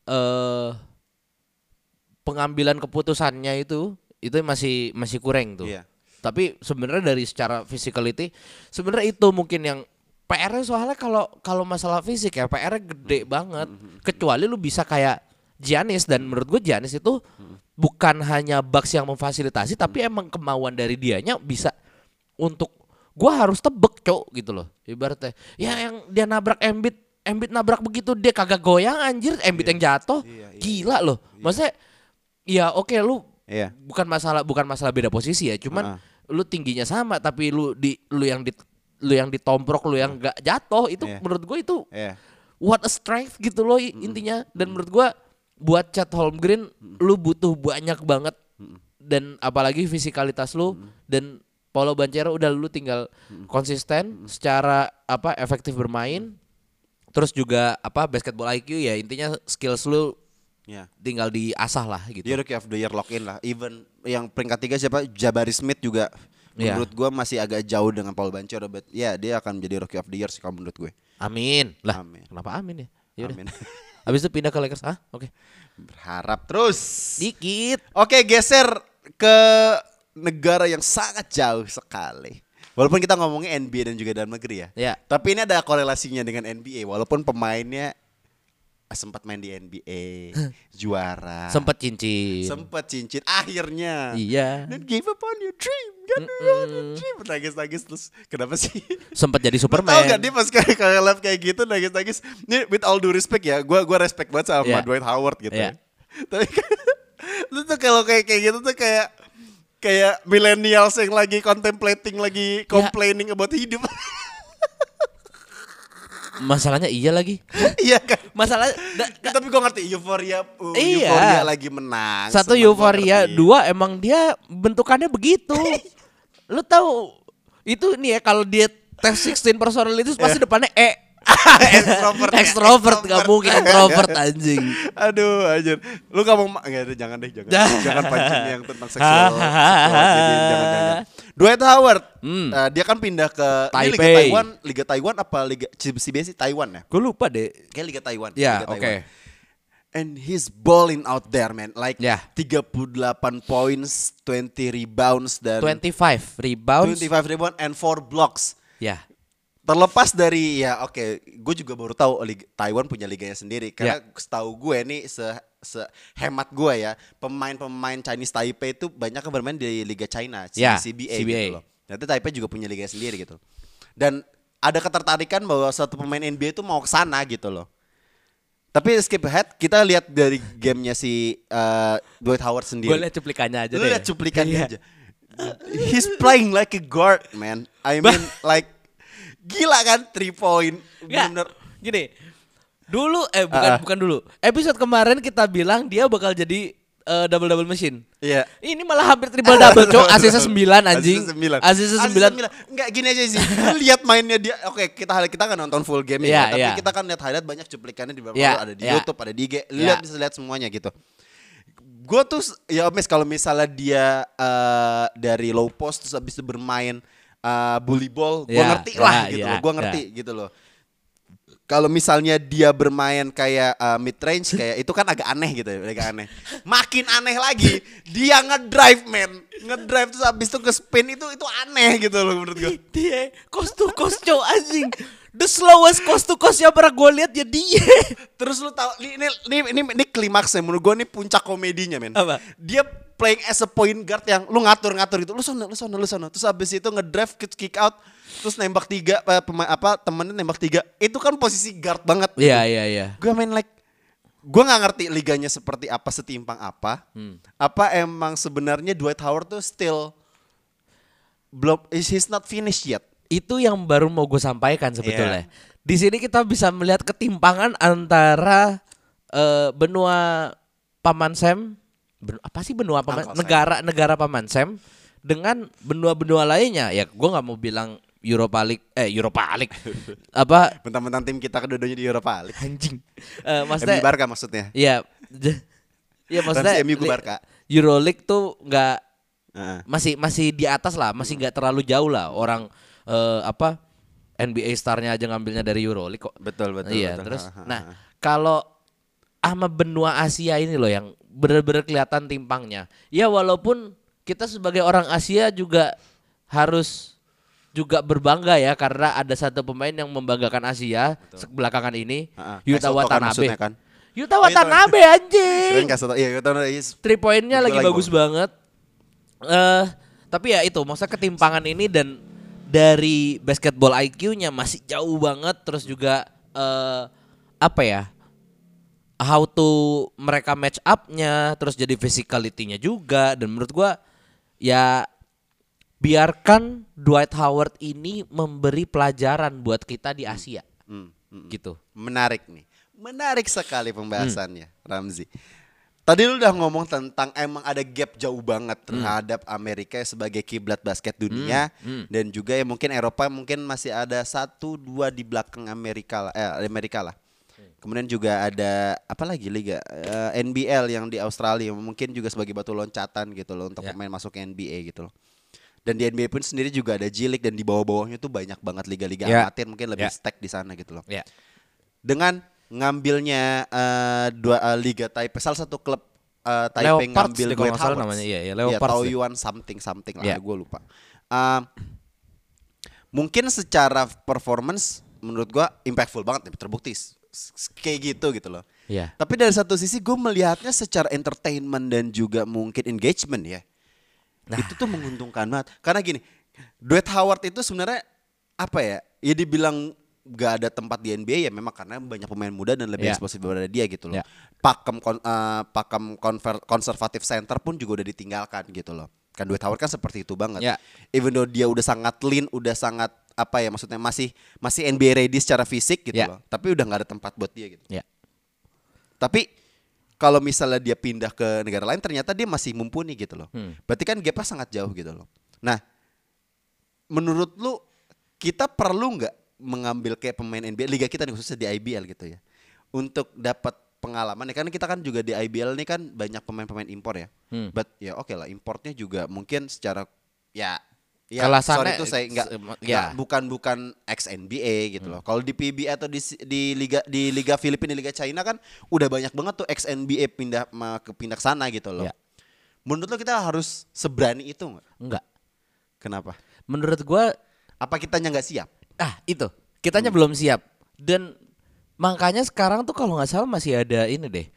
Speaker 3: pengambilan keputusannya itu masih kurang tuh. Tapi sebenarnya dari secara physicality sebenarnya itu mungkin yang PR-nya soalnya kalau masalah fisik ya PR-nya gede banget. Kecuali lu bisa kayak Giannis dan menurut gue Giannis itu bukan hanya Bucks yang memfasilitasi tapi emang kemauan dari dianya bisa untuk gua harus tebek gitu loh. Ibaratnya ya yang dia nabrak Embiid nabrak begitu dia kagak goyang anjir, Embiid yang jatuh. Gila loh. Maksudnya ya oke, lu bukan masalah beda posisi ya, cuman lu tingginya sama tapi lu yang ditomprok, lu yang enggak jatuh itu menurut gue itu what a strength gitu loh intinya. Dan menurut gue buat Chet Holmgren lu butuh banyak banget dan apalagi fisikalitas lu dan Paolo Banchero udah lu tinggal konsisten secara efektif bermain. Terus juga basketball IQ ya intinya skills lu tinggal diasah lah gitu.
Speaker 2: Dia Rookie of the Year lock in lah. Even yang peringkat 3 siapa? Jabari Smith juga menurut gue masih agak jauh dengan Paul Banchero, but ya dia akan menjadi Rookie of the Year sih kalau menurut gue.
Speaker 3: Amin. Lah,
Speaker 2: amin.
Speaker 3: Kenapa amin ya?
Speaker 2: Amin.
Speaker 3: Habis itu pindah ke Lakers. Oke.
Speaker 2: Berharap terus.
Speaker 3: Dikit.
Speaker 2: Oke, geser ke negara yang sangat jauh sekali. Walaupun kita ngomongin NBA dan juga dalam negeri ya. Tapi ini ada korelasinya dengan NBA. Walaupun pemainnya sempat main di NBA, juara.
Speaker 3: Sempat cincin.
Speaker 2: Akhirnya.
Speaker 3: Iya.
Speaker 2: Don't give up on your dream. Nangis-nangis terus. Kenapa sih?
Speaker 3: Sempat jadi Superman.
Speaker 2: Tahu gak dia pas kalau live kayak gitu nangis-nangis. Ini with all due respect ya, gue respect banget sama Dwight Howard gitu. Tapi lu tuh kalau kayak gitu tuh kayak millennials yang lagi contemplating, lagi complaining about hidup.
Speaker 3: Masalahnya iya lagi.
Speaker 2: Iya kan.
Speaker 3: Masalah
Speaker 2: tapi gue ngerti euforia lagi menang.
Speaker 3: Satu euforia, dua emang dia bentukannya begitu. Lu tahu itu nih ya kalau dia tes 16 personalities pasti depannya Extrovert gak mungkin introvert anjing.
Speaker 2: Aduh anjir. Lu gak mau jangan pancing yang tentang seksual jangan. Dwight Howard dia kan pindah ke Liga Taiwan apa Liga CBA sih Taiwan ya?
Speaker 3: Gue lupa deh.
Speaker 2: Kayak Liga Taiwan.
Speaker 3: Ya, oke.
Speaker 2: And he's balling out there man. Like 38 points, 20 rebounds dan
Speaker 3: 25 rebounds
Speaker 2: and 4 blocks.
Speaker 3: Ya.
Speaker 2: Terlepas dari gue juga baru tahu Taiwan punya liganya sendiri karena setahu gue nih sehemat gue ya pemain Chinese Taipei itu banyak yang bermain di Liga China CBA gitu loh. Nanti Taipei juga punya liganya sendiri gitu. Dan ada ketertarikan bahwa satu pemain NBA itu mau ke sana gitu loh. Tapi skip ahead kita lihat dari gamenya si Dwight Howard sendiri.
Speaker 3: Gue lihat cuplikannya aja deh.
Speaker 2: Lu lihat cuplikannya aja. He's playing like a guard man. I mean like gila kan 3 point.
Speaker 3: Bener. Gini. Dulu bukan dulu. Episode kemarin kita bilang dia bakal jadi double machine.
Speaker 2: Iya.
Speaker 3: Ini malah hampir triple double, Cok. Asisnya 9 anjing. Asisnya 9.
Speaker 2: Enggak gini aja sih. Lihat mainnya dia. Oke, kita kan nonton full game ya, tapi kita kan lihat highlight banyak cuplikannya di ada di YouTube, ada di IG. Bisa lihat semuanya gitu. Gue tuh kalau misalnya dia dari low post terus habis itu bermain bully ball, gue ngerti lah gitu loh. Gue ngerti gitu loh. Kalau misalnya dia bermain kayak mid range kayak itu kan agak aneh gitu ya, agak aneh. Makin aneh lagi, dia ngedrive terus habis itu ke spin itu aneh gitu loh menurut gue.
Speaker 3: Dia coast to coast cow anjing. The slowest coast to coast yang pernah gue lihat ya dia.
Speaker 2: Terus lu tahu ini klimaksnya menurut gue nih puncak komedinya men.
Speaker 3: Apa?
Speaker 2: Dia playing as a point guard yang lu ngatur gitu. Lu sono. Terus habis itu ngedrive kick out terus nembak 3 temennya nembak 3. Itu kan posisi guard banget.
Speaker 3: Iya.
Speaker 2: Gue main like gue nggak ngerti liganya seperti apa, setimpang apa. Apa emang sebenarnya Dwight Howard tuh still belum he's not finished yet.
Speaker 3: Itu yang baru mau gue sampaikan sebetulnya. Di sini kita bisa melihat ketimpangan antara benua Paman Sam, benua Paman, negara Paman Sam dengan benua-benua lainnya. Ya gue nggak mau bilang Europa League apa?
Speaker 2: Mentang-mentang tim kita kedudukannya di Europa League.
Speaker 3: Anjing. Maksudnya
Speaker 2: MU Barca maksudnya.
Speaker 3: Iya. Ya maksudnya
Speaker 2: MU Barca.
Speaker 3: Euroleague tuh nggak masih di atas lah, masih nggak terlalu jauh lah orang. NBA starnya aja ngambilnya dari Euroleague kok.
Speaker 2: Betul.
Speaker 3: Iya, terus nah, kalau sama benua Asia ini loh yang benar-benar kelihatan timpangnya. Ya walaupun kita sebagai orang Asia juga harus juga berbangga ya karena ada satu pemain yang membanggakan Asia belakangan ini, Yuta Watanabe. Kan? Yuta Watanabe anjing.
Speaker 2: Iya,
Speaker 3: 3 poinnya lagi bagus banget. Tapi ya itu, maksudnya ketimpangan ini dan dari basketball IQ-nya masih jauh banget, terus juga how to mereka match up-nya, terus jadi physicality-nya juga. Dan menurut gua ya biarkan Dwight Howard ini memberi pelajaran buat kita di Asia. Gitu.
Speaker 2: Menarik nih. Menarik sekali pembahasannya, Ramzi. Tadi lu udah ngomong tentang emang ada gap jauh banget terhadap Amerika sebagai kiblat basket dunia dan juga ya mungkin Eropa mungkin masih ada 1-2 di belakang Amerika lah. Kemudian juga ada apa lagi liga NBL yang di Australia mungkin juga sebagai batu loncatan gitu loh untuk pemain masuk ke NBA gitu loh. Dan di NBA pun sendiri juga ada G League dan di bawah-bawahnya tuh banyak banget liga-liga amatir mungkin lebih stack di sana gitu loh. Dengan ngambilnya liga Taipei, salah satu klub Taipei ngambil Dwight Howard
Speaker 3: namanya Leopards.
Speaker 2: Taoyuan something lah, gue lupa. Mungkin secara performance menurut gue impactful banget, terbukti kayak gitu loh. Tapi dari satu sisi gue melihatnya secara entertainment dan juga mungkin engagement ya. Itu tuh menguntungkan banget. Karena gini, Dwight Howard itu sebenarnya apa ya? Ya dibilang gak ada tempat di NBA ya memang karena banyak pemain muda dan lebih eksplosif daripada dia gitu loh. Pakem konservatif center pun juga udah ditinggalkan gitu loh. Kan Dwight Howard kan seperti itu banget. Even though dia udah sangat lean, udah sangat apa ya maksudnya masih NBA ready secara fisik gitu loh. Tapi udah gak ada tempat buat dia gitu. Tapi kalau misalnya dia pindah ke negara lain ternyata dia masih mumpuni gitu loh. Berarti kan gapnya sangat jauh gitu loh. Nah, menurut lu kita perlu nggak mengambil kayak pemain NBA liga kita nih khususnya di IBL gitu ya untuk dapat pengalaman ya kan kita kan juga di IBL nih kan banyak pemain-pemain impor ya. But ya oke lah importnya juga mungkin secara ya sorry itu saya bukan ex NBA gitu loh. Kalau di PBA atau di liga Filipina, di liga China kan udah banyak banget tuh ex NBA pindah ke sana gitu loh. Menurut lo kita harus seberani itu nggak?
Speaker 3: Enggak.
Speaker 2: Kenapa?
Speaker 3: Menurut gua
Speaker 2: apa kitanya nggak siap?
Speaker 3: Itu kitanya belum siap dan makanya sekarang tuh kalau nggak salah masih ada ini deh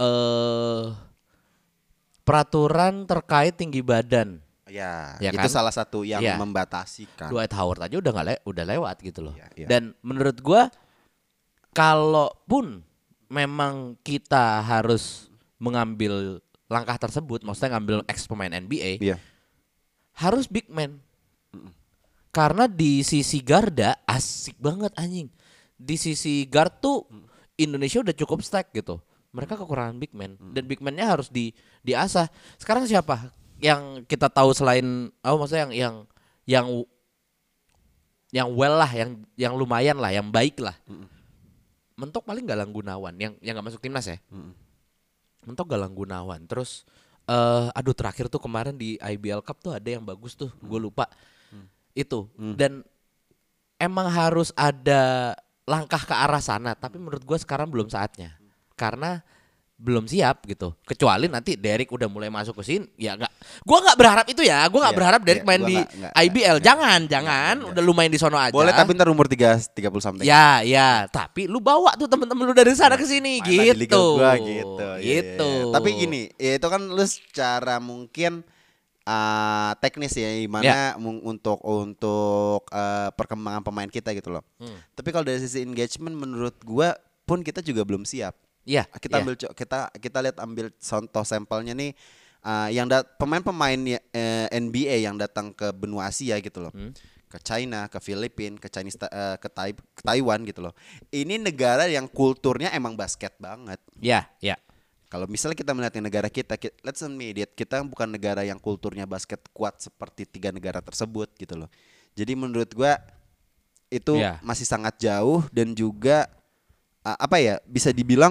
Speaker 3: peraturan terkait tinggi badan.
Speaker 2: Ya itu kan? Salah satu yang membatasi kan.
Speaker 3: Dwight Howard aja udah lewat gitu loh. Dan menurut gua kalaupun memang kita harus mengambil langkah tersebut, maksudnya ngambil ex pemain NBA, harus big man. Karena di sisi Garda asik banget anjing. Di sisi guard tuh Indonesia udah cukup stack gitu. Mereka kekurangan big man dan big man-nya harus diasah. Sekarang siapa yang kita tahu selain maksudnya yang well lah, yang lumayan lah, yang baik lah. Mentok paling Galang Gunawan yang enggak masuk timnas ya. Mentok Galang Gunawan. Terus terakhir tuh kemarin di IBL Cup tuh ada yang bagus tuh, gue lupa. Itu dan emang harus ada langkah ke arah sana, tapi menurut gue sekarang belum saatnya karena belum siap gitu. Kecuali nanti Derek udah mulai masuk ke sini, ya nggak. Gue nggak berharap itu ya. Gue nggak berharap Derek main di IBL. Jangan. Udah lu main di sono aja.
Speaker 2: Boleh tapi ntar umur 30 something.
Speaker 3: Ya. Tapi lu bawa tuh temen-temen lu dari sana ke sini gitu.
Speaker 2: Di liga gua gitu. Tapi gini, ya itu kan lu secara mungkin teknis ya gimana untuk perkembangan pemain kita gitu loh. Tapi kalau dari sisi engagement menurut gua pun kita juga belum siap. Kita lihat ambil contoh sampelnya nih yang pemain-pemain NBA yang datang ke benua Asia gitu loh. Ke China, ke Filipina, ke Taiwan gitu loh. Ini negara yang kulturnya emang basket banget. Kalau misalnya kita melihat negara kita, let's admit it, kita bukan negara yang kulturnya basket kuat seperti 3 negara tersebut gitu loh. Jadi menurut gua itu masih sangat jauh dan juga bisa dibilang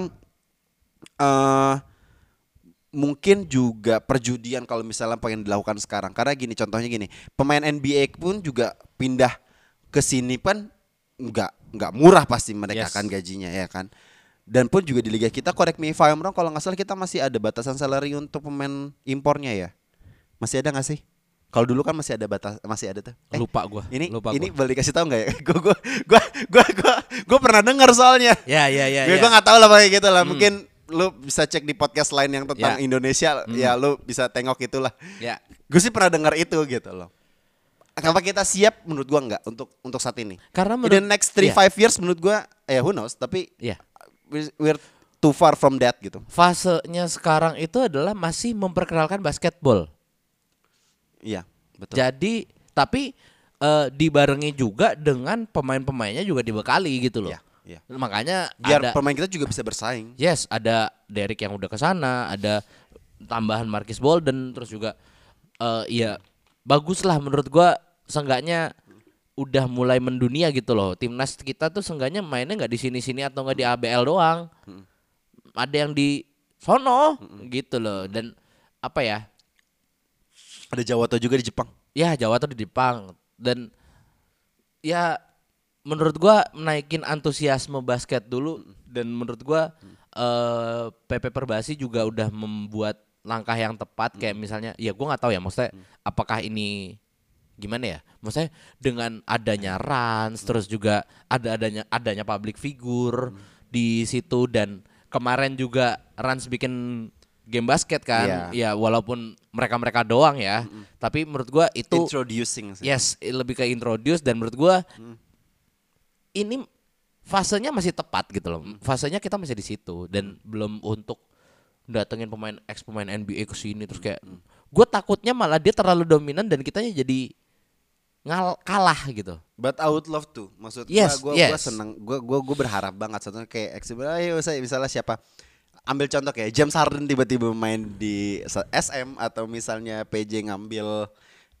Speaker 2: mungkin juga perjudian kalau misalnya pengen dilakukan sekarang. Karena contohnya gini, pemain NBA pun juga pindah ke sini kan nggak murah pasti mereka kan gajinya ya kan. Dan pun juga di liga kita, correct me if I'm wrong, kalau nggak salah kita masih ada batasan salary untuk pemain impornya ya. Masih ada nggak sih? Kalau dulu kan masih ada tuh.
Speaker 3: Lupa gue.
Speaker 2: Ini boleh dikasih tahu nggak ya? Gue pernah dengar soalnya. Gue nggak tahu lah kayak gitu lah. Mungkin lu bisa cek di podcast lain yang tentang Indonesia. Ya lu bisa tengok itulah. Gue sih pernah dengar itu gitu loh. Kenapa kita siap? Menurut gue nggak untuk saat ini.
Speaker 3: Karena
Speaker 2: in the next 3-5 years menurut gue who knows. Tapi we're too far from that gitu.
Speaker 3: Fasenya sekarang itu adalah masih memperkenalkan basketball.
Speaker 2: Iya, betul. Jadi
Speaker 3: tapi dibarengi juga dengan pemain-pemainnya juga dibekali gitu loh.
Speaker 2: Iya.
Speaker 3: Makanya
Speaker 2: biar pemain kita juga bisa bersaing.
Speaker 3: Yes, ada Derek yang udah ke sana, ada tambahan Marcus Bolden, terus juga ya bagus lah menurut gua, seenggaknya udah mulai mendunia gitu loh. Timnas kita tuh seenggaknya mainnya nggak di sini-sini atau nggak di ABL doang. Ada yang di sono gitu loh. Dan apa ya?
Speaker 2: Ada Jawato juga di Jepang.
Speaker 3: Ya, Jawa tuh di Jepang. Dan ya menurut gua naikin antusiasme basket dulu, dan menurut gua PP Perbasi juga udah membuat langkah yang tepat. Kayak misalnya ya gua nggak tahu ya, maksudnya apakah ini gimana ya, maksudnya dengan adanya Rans, terus juga adanya public figure di situ, dan kemarin juga Rans bikin game basket kan. Ya walaupun mereka doang ya, tapi menurut gua itu
Speaker 2: introducing sih.
Speaker 3: Yes, lebih ke introduce, dan menurut gua ini fasenya masih tepat gitu loh. Fasenya kita masih di situ, dan belum untuk datengin pemain NBA ke sini terus kayak gue takutnya malah dia terlalu dominan dan kitanya jadi kalah gitu.
Speaker 2: But I would love to. Maksud gue seneng, gue berharap banget satunya kayak ayo misalnya siapa, ambil contoh kayak James Harden tiba-tiba main di SM, atau misalnya PJ ngambil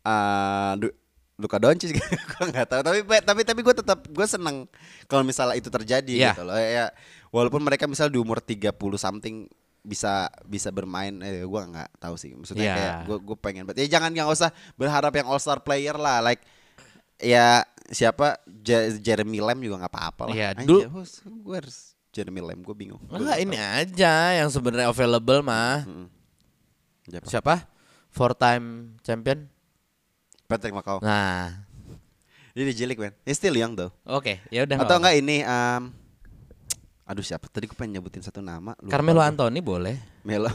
Speaker 2: Luka Doncic, gue nggak tahu, tapi gue seneng kalau misalnya itu terjadi gitu loh ya, walaupun mereka misalnya di umur 30 something bisa bermain, gue nggak tahu sih, maksudnya kayak gue pengen banget ya, jangan yang usah berharap yang all star player lah, like ya siapa Jeremy Lamb juga nggak apa-apa lah.
Speaker 3: Iya, dulu
Speaker 2: gue harus Jeremy Lamb, gue bingung.
Speaker 3: Enggak, ini aja yang sebenarnya available mah. Siapa? 4-time champion
Speaker 2: Patrick McCaw.
Speaker 3: Nah,
Speaker 2: dia jilik man. He's still young though.
Speaker 3: Oke, ya udah.
Speaker 2: Atau enggak ini aduh siapa tadi, gue pengen nyebutin satu nama.
Speaker 3: Carmelo Anthony boleh.
Speaker 2: Melo.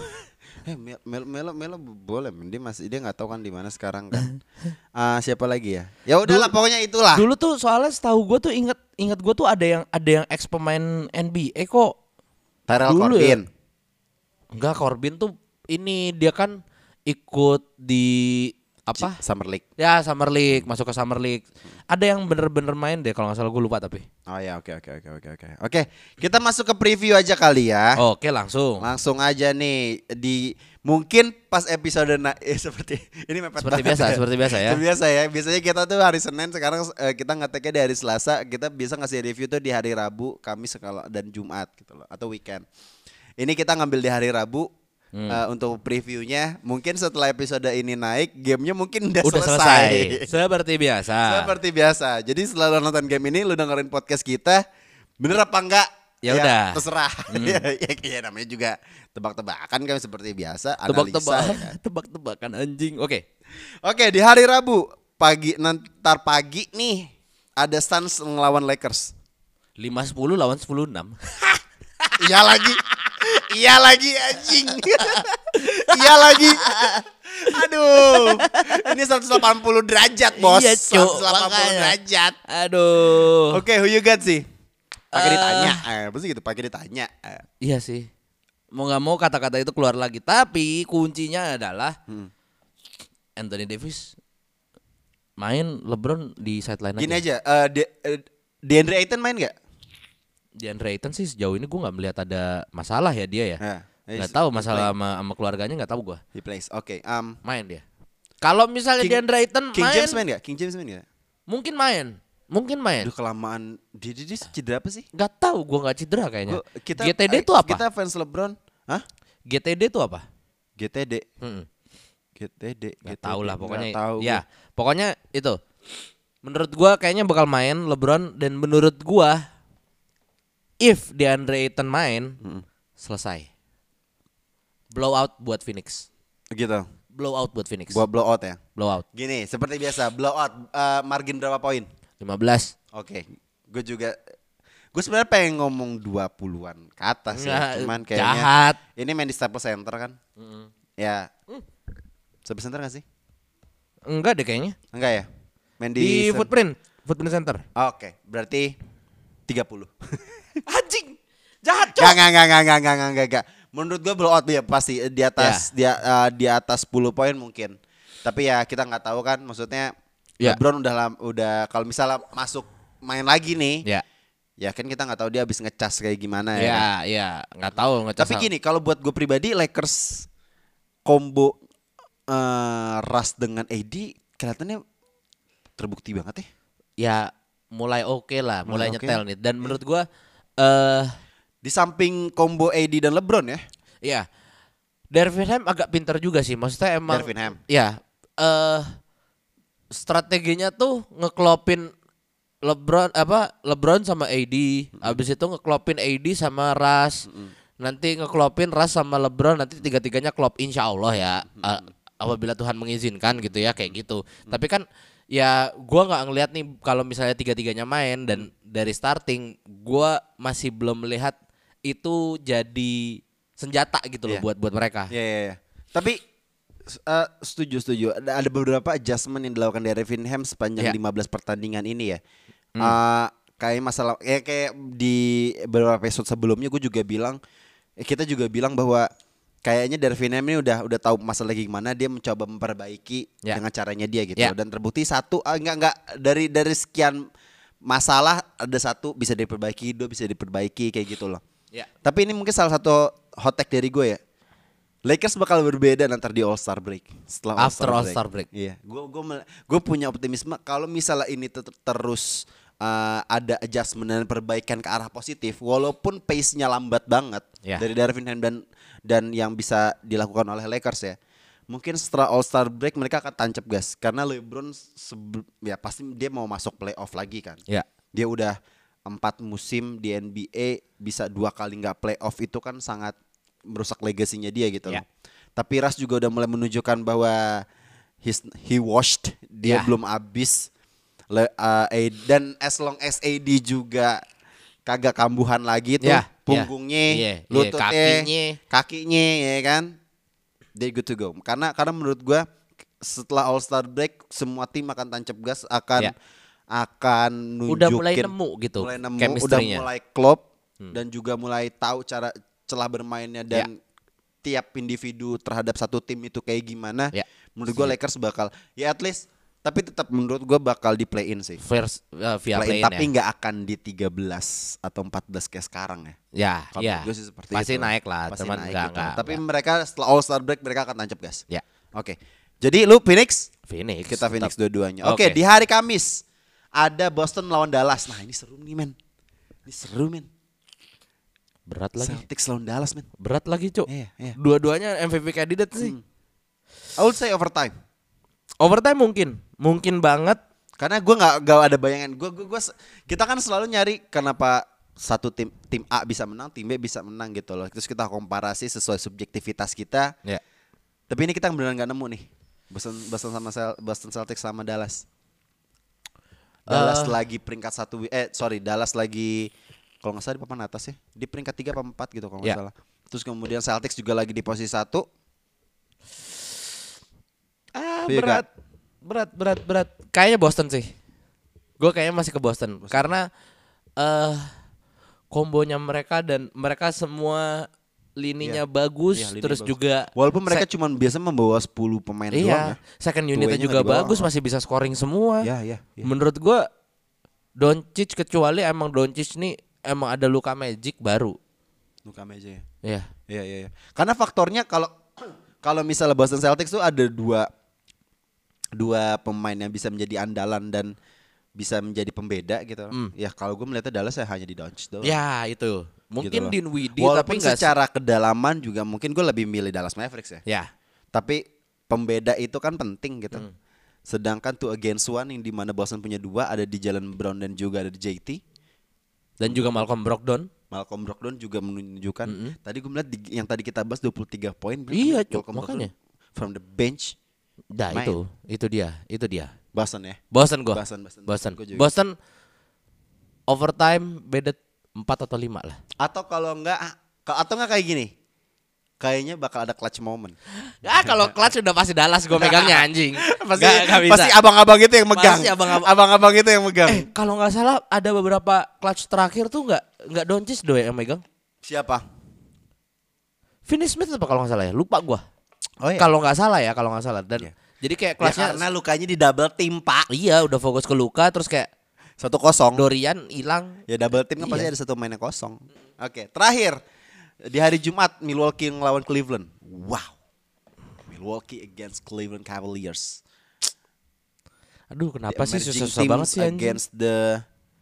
Speaker 2: Melo boleh. Dia nggak tahu kan di mana sekarang kan. Siapa lagi ya? Ya udahlah pokoknya itulah.
Speaker 3: Dulu tuh soalnya setahu gue tuh ingat gue tuh ada yang ex pemain NBA kok.
Speaker 2: Tyrell Corbin.
Speaker 3: Ya? Enggak, Corbin tuh ini dia kan ikut di apa?
Speaker 2: Summer League.
Speaker 3: Ya, Summer League, masuk ke Summer League. Ada yang bener-bener main deh kalau nggak salah, gue lupa tapi.
Speaker 2: Oh ya, oke. Oke, kita masuk ke preview aja kali ya.
Speaker 3: Oke, langsung.
Speaker 2: Langsung aja nih mungkin pas episode seperti ini mepet
Speaker 3: seperti biasa ya.
Speaker 2: Seperti biasa ya. Biasanya kita tuh hari Senin, sekarang kita ngeteknya di hari Selasa. Kita bisa ngasih review tuh di hari Rabu, Kamis, dan Jumat gitu loh, atau weekend. Ini kita ngambil di hari Rabu. Untuk previewnya, mungkin setelah episode ini naik, gamenya mungkin udah selesai.
Speaker 3: Seperti biasa.
Speaker 2: Jadi setelah lo nonton game ini, lo dengerin podcast kita, bener apa enggak?
Speaker 3: Ya udah,
Speaker 2: terserah. Ya namanya juga tebak-tebakan kan seperti biasa.
Speaker 3: Tebak-tebakan anjing. Oke,
Speaker 2: di hari Rabu ntar pagi nih ada Suns ngelawan Lakers.
Speaker 3: 5-10 lawan 10-6.
Speaker 2: Iya lagi anjing. Iya lagi. Aduh. Ini 180 derajat, Bos.
Speaker 3: Iya,
Speaker 2: 180 derajat.
Speaker 3: Aduh.
Speaker 2: Oke, who you got sih? Pakai ditanya. Pasti gitu, pakai ditanya.
Speaker 3: Iya sih. Mau enggak mau kata-kata itu keluar lagi, tapi kuncinya adalah Anthony Davis main, LeBron di sideline aja.
Speaker 2: Gini aja, DeAndre Ayton main enggak?
Speaker 3: DeAndre Ayton sih sejauh ini gue nggak melihat ada masalah ya dia ya. Nggak tahu masalah sama keluarganya, nggak tahu gue.
Speaker 2: He plays. Oke.
Speaker 3: Main dia. Kalau misalnya DeAndre Ayton
Speaker 2: King James main nggak? King James main nggak?
Speaker 3: Mungkin main.
Speaker 2: Udah kelamaan. Dia cedera apa sih?
Speaker 3: Nggak tahu, gue nggak cedera kayaknya. GTD itu apa?
Speaker 2: Kita fans LeBron. Hah?
Speaker 3: GTD itu apa?
Speaker 2: GTD.
Speaker 3: Nggak tahu lah pokoknya.
Speaker 2: Tahu
Speaker 3: ya, pokoknya itu. Menurut gue kayaknya bakal main LeBron, dan menurut gue if DeAndre Ayton main, selesai. Blowout buat Phoenix.
Speaker 2: Gitu.
Speaker 3: Blowout buat Phoenix.
Speaker 2: Buat blowout ya.
Speaker 3: Blowout.
Speaker 2: Gini, seperti biasa, blowout. Margin berapa poin?
Speaker 3: 15.
Speaker 2: Oke. Gue sebenarnya pengen ngomong 20-an ke atas ya. Cuman kayaknya
Speaker 3: jahat.
Speaker 2: Ini main di Staples Center kan? Ya. Staples Center gak sih?
Speaker 3: Enggak deh kayaknya.
Speaker 2: Enggak ya? Main
Speaker 3: di Footprint Center.
Speaker 2: Oke, berarti 30.
Speaker 3: Anjing, jahat cok.
Speaker 2: Enggak. Menurut gue blowout ya pasti di atas di atas 10 poin mungkin. Tapi ya kita nggak tahu kan, maksudnya LeBron udah kalau misalnya masuk main lagi nih. Ya kan kita nggak tahu dia habis ngecas kayak gimana ya.
Speaker 3: Ya, ya, nggak tahu ngecas.
Speaker 2: Tapi gini, kalau buat gue pribadi Lakers combo Russ dengan AD kelihatannya terbukti banget ya.
Speaker 3: Ya mulai oke lah, mulai nyetel nih. Dan menurut gua
Speaker 2: di samping combo AD dan LeBron ya.
Speaker 3: Iya. Darvin Ham agak pintar juga sih. Maksudnya emang
Speaker 2: Darvin Ham.
Speaker 3: Ya, strateginya tuh ngeklopin LeBron sama AD. Abis itu ngeklopin AD sama Russ. Nanti ngeklopin Russ sama LeBron, nanti tiga-tiganya klop insyaallah ya. Apabila Tuhan mengizinkan gitu ya, kayak gitu. Tapi kan ya gua nggak ngelihat nih kalau misalnya tiga-tiganya main dan dari starting, gua masih belum melihat itu jadi senjata gitu loh buat mereka.
Speaker 2: Iya. Tapi setuju. Ada beberapa adjustment yang dilakukan Darvin Ham sepanjang 15 pertandingan ini ya. Kayak masalah kayak di beberapa episode sebelumnya kita juga bilang bahwa kayaknya Darvin Ham ini udah tahu masalah gimana, dia mencoba memperbaiki dengan caranya dia gitu. Dan terbukti enggak dari sekian masalah ada satu bisa diperbaiki, dua bisa diperbaiki kayak gitu loh. Tapi ini mungkin salah satu hot take dari gue ya. Lakers bakal berbeda nanti di All Star break. Setelah
Speaker 3: All Star break.
Speaker 2: Iya, gue punya optimisme kalau misalnya ini terus ada adjustment dan perbaikan ke arah positif, walaupun pace-nya lambat banget dari Darvin Ham dan yang bisa dilakukan oleh Lakers ya. Mungkin setelah All Star break mereka akan tancap gas karena LeBron ya pasti dia mau masuk playoff lagi kan. Dia udah 4 musim di NBA bisa 2 kali nggak playoff, itu kan sangat merusak legasinya dia gitu loh. Tapi Russ juga udah mulai menunjukkan bahwa he washed, dia belum habis. Dan as long as AD juga kagak kambuhan lagi tuh punggungnya, lututnya, kakinya ya kan, they good to go. Karena menurut gua setelah All Star break semua tim akan tancap gas, akan nunjukin
Speaker 3: udah mulai nemu gitu,
Speaker 2: udah mulai klop dan juga mulai tahu cara celah bermainnya dan tiap individu terhadap satu tim itu kayak gimana. Menurut gua Lakers bakal at least, tapi tetap menurut gue bakal di play in sih.
Speaker 3: Via play in,
Speaker 2: tapi nggak akan di 13 atau 14 kayak sekarang ya. Gue sih seperti
Speaker 3: pasti
Speaker 2: itu.
Speaker 3: naik lah,
Speaker 2: pasti
Speaker 3: teman
Speaker 2: naik
Speaker 3: enggak.
Speaker 2: Tapi mereka setelah All Star break mereka akan tancap gas. Oke. Jadi lu Phoenix?
Speaker 3: Kita
Speaker 2: Phoenix dua-duanya. Oke, di hari Kamis ada Boston lawan Dallas. Nah, ini seru nih, men.
Speaker 3: Berat lagi.
Speaker 2: Celtics lawan Dallas, men.
Speaker 3: Berat lagi, Cuk.
Speaker 2: Iya.
Speaker 3: Dua-duanya MVP kandidat sih.
Speaker 2: I would say overtime.
Speaker 3: Overtime mungkin banget.
Speaker 2: Karena gue nggak ada bayangan. Kita kan selalu nyari kenapa satu tim A bisa menang, tim B bisa menang gitu loh. Terus kita komparasi sesuai subjektivitas kita. Tapi ini kita beneran nggak nemu nih. Boston Celtics sama Dallas. Dallas lagi peringkat Dallas lagi kalau nggak salah di papan atas ya. Di peringkat 3 atau 4 gitu kalau nggak salah. Terus kemudian Celtics juga lagi di posisi 1.
Speaker 3: Berat. Kayaknya Boston sih. Gue kayaknya masih ke Boston. Karena kombonya mereka dan mereka semua lininya bagus, terus bagus. Juga
Speaker 2: walaupun mereka cuma biasa membawa 10 pemain doang ya.
Speaker 3: Second unitnya juga bagus, masih bisa scoring semua. Menurut gue Doncic, kecuali emang Doncic nih emang ada Luka Magic baru.
Speaker 2: Luka Magic
Speaker 3: ya.
Speaker 2: Iya. Karena faktornya kalau misalnya Boston Celtics tuh ada dua pemain yang bisa menjadi andalan dan bisa menjadi pembeda gitu. Ya kalau gue melihatnya Dallas hanya di Doncic doang.
Speaker 3: Ya itu. Mungkin
Speaker 2: gitu
Speaker 3: Dinwiddie
Speaker 2: walaupun
Speaker 3: tapi
Speaker 2: secara kedalaman juga mungkin gue lebih milih Dallas Mavericks ya. Tapi pembeda itu kan penting gitu. Sedangkan tuh against one yang dimana Boston punya 2, ada di Jalen Brown dan juga ada di JT.
Speaker 3: Dan juga Malcolm Brogdon
Speaker 2: juga menunjukkan. Tadi gue melihat yang tadi kita bahas 23 poin.
Speaker 3: Iya makanya.
Speaker 2: From the bench.
Speaker 3: Nah itu dia.
Speaker 2: Boston ya.
Speaker 3: Boston overtime beda 4 atau 5 lah.
Speaker 2: Atau enggak kayak gini. Kayaknya bakal ada clutch moment.
Speaker 3: Kalau clutch udah pasti Dallas gue megangnya anjing.
Speaker 2: Pasti abang-abang itu yang megang. Abang-abang itu yang megang.
Speaker 3: Kalau nggak salah ada beberapa clutch terakhir tuh nggak Doncic yang megang.
Speaker 2: Siapa?
Speaker 3: Finney Smith apa kalau nggak salah ya? Lupa gue.
Speaker 2: Iya.
Speaker 3: Kalau nggak salah dan jadi kayak clutchnya
Speaker 2: karena lukanya di double team Pak.
Speaker 3: Iya, udah fokus ke Luka terus kayak
Speaker 2: 1-0.
Speaker 3: Dorian hilang.
Speaker 2: Ya double team kan pasti ada satu main yang kosong. Oke, terakhir di hari Jumat Milwaukee ngelawan Cleveland. Wow. Milwaukee against Cleveland Cavaliers.
Speaker 3: Aduh, kenapa sih
Speaker 2: Emerging
Speaker 3: susah banget
Speaker 2: teams
Speaker 3: sih anjing?
Speaker 2: against the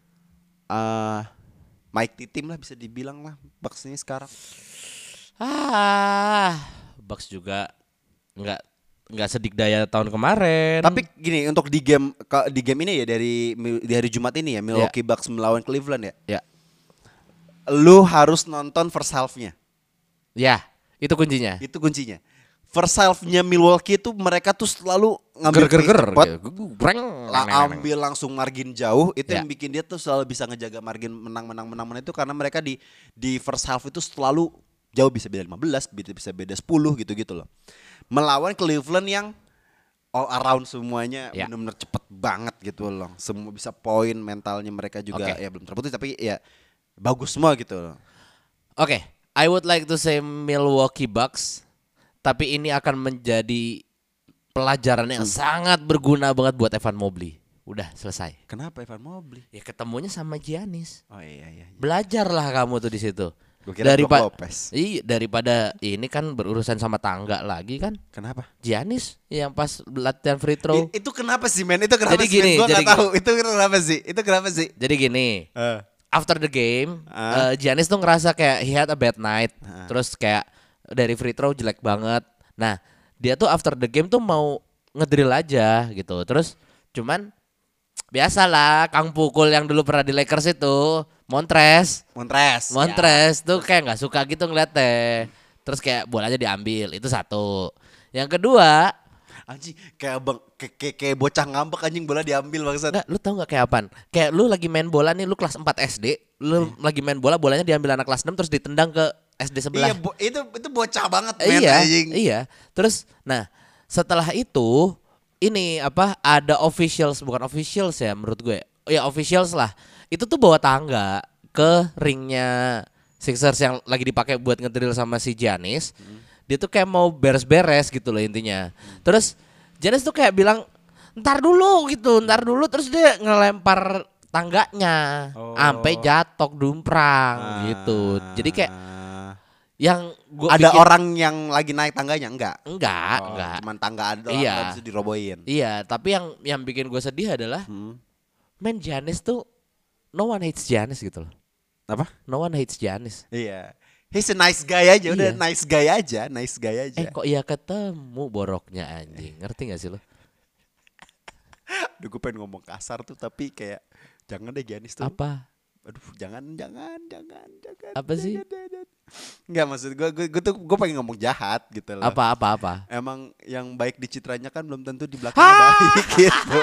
Speaker 2: mighty team lah bisa dibilang lah Bucks ini sekarang.
Speaker 3: Bucks juga nggak sedikdaya tahun kemarin.
Speaker 2: Tapi gini, untuk di game ini ya di hari Jumat ini ya Milwaukee Bucks melawan Cleveland ya.
Speaker 3: Ya.
Speaker 2: Lu harus nonton first half-nya.
Speaker 3: Ya, itu kuncinya.
Speaker 2: Itu kuncinya. First half-nya Milwaukee itu mereka tuh selalu ngambil pick cepat, ambil langsung margin jauh. Itu yang bikin dia tuh selalu bisa ngejaga margin menang itu karena mereka di first half itu selalu jauh, bisa beda 15, bisa beda 10 gitu loh. Melawan Cleveland yang all around semuanya benar-benar cepet banget gitu loh. Semua bisa poin, mentalnya mereka juga ya belum terputus tapi ya bagus semua gitu loh.
Speaker 3: Oke, I would like to say Milwaukee Bucks, tapi ini akan menjadi pelajaran yang sangat berguna banget buat Evan Mobley. Udah selesai.
Speaker 2: Kenapa Evan Mobley?
Speaker 3: Ya ketemunya sama Giannis.
Speaker 2: Oh iya.
Speaker 3: Belajarlah kamu tuh di situ. Daripada ini kan berurusan sama tangga lagi kan.
Speaker 2: Kenapa?
Speaker 3: Giannis yang pas latihan free throw.
Speaker 2: Itu kenapa sih men? Itu kenapa
Speaker 3: jadi
Speaker 2: sih?
Speaker 3: Gini,
Speaker 2: gue nggak tahu. Itu kenapa sih?
Speaker 3: Jadi gini. After the game, Giannis tuh ngerasa kayak he had a bad night. Terus kayak dari free throw jelek banget. Nah, dia tuh after the game tuh mau ngedrill aja gitu. Terus cuman biasalah Kang Pukul yang dulu pernah di Lakers itu, Montrez tuh kayak nggak suka gitu ngeliatnya. Terus kayak bolanya diambil, itu satu. Yang kedua,
Speaker 2: anjing kayak bocah ngambek anjing, bola diambil bangsat.
Speaker 3: Lu tahu nggak kayak apaan? Kayak lu lagi main bola nih, lu kelas 4 SD, lu lagi main bola, bolanya diambil anak kelas 6 terus ditendang ke SD sebelah.
Speaker 2: Iya, itu bocah banget men anjing.
Speaker 3: Iya. Terus nah, setelah itu ini ada bukan officials ya menurut gue. Ya officials lah. Itu tuh bawa tangga ke ringnya Sixers yang lagi dipakai buat ngedrill sama si Giannis. Dia tuh kayak mau beres-beres gitu loh intinya. Terus Giannis tuh kayak bilang, ntar dulu terus dia ngelempar tangganya sampai jatuh dumprang gitu. Jadi kayak yang gua
Speaker 2: ada orang yang lagi naik tangganya enggak.
Speaker 3: Cuman
Speaker 2: tangga ada orang bisa dirobohin.
Speaker 3: Iya, tapi yang bikin gue sedih adalah men Giannis tuh no one hates Giannis gitu loh.
Speaker 2: Apa?
Speaker 3: No one hates Giannis.
Speaker 2: Iya. He's a nice guy aja, udah nice guy aja.
Speaker 3: Kok iya ketemu boroknya anjing, ngerti gak sih lo?
Speaker 2: Aduh, gue pengen ngomong kasar tuh tapi kayak jangan deh Giannis tuh.
Speaker 3: Apa?
Speaker 2: Aduh, jangan.
Speaker 3: Apa sih?
Speaker 2: Enggak, maksud gue pengen ngomong jahat gitu loh.
Speaker 3: Apa?
Speaker 2: Emang yang baik di citranya kan belum tentu di belakangnya baik gitu.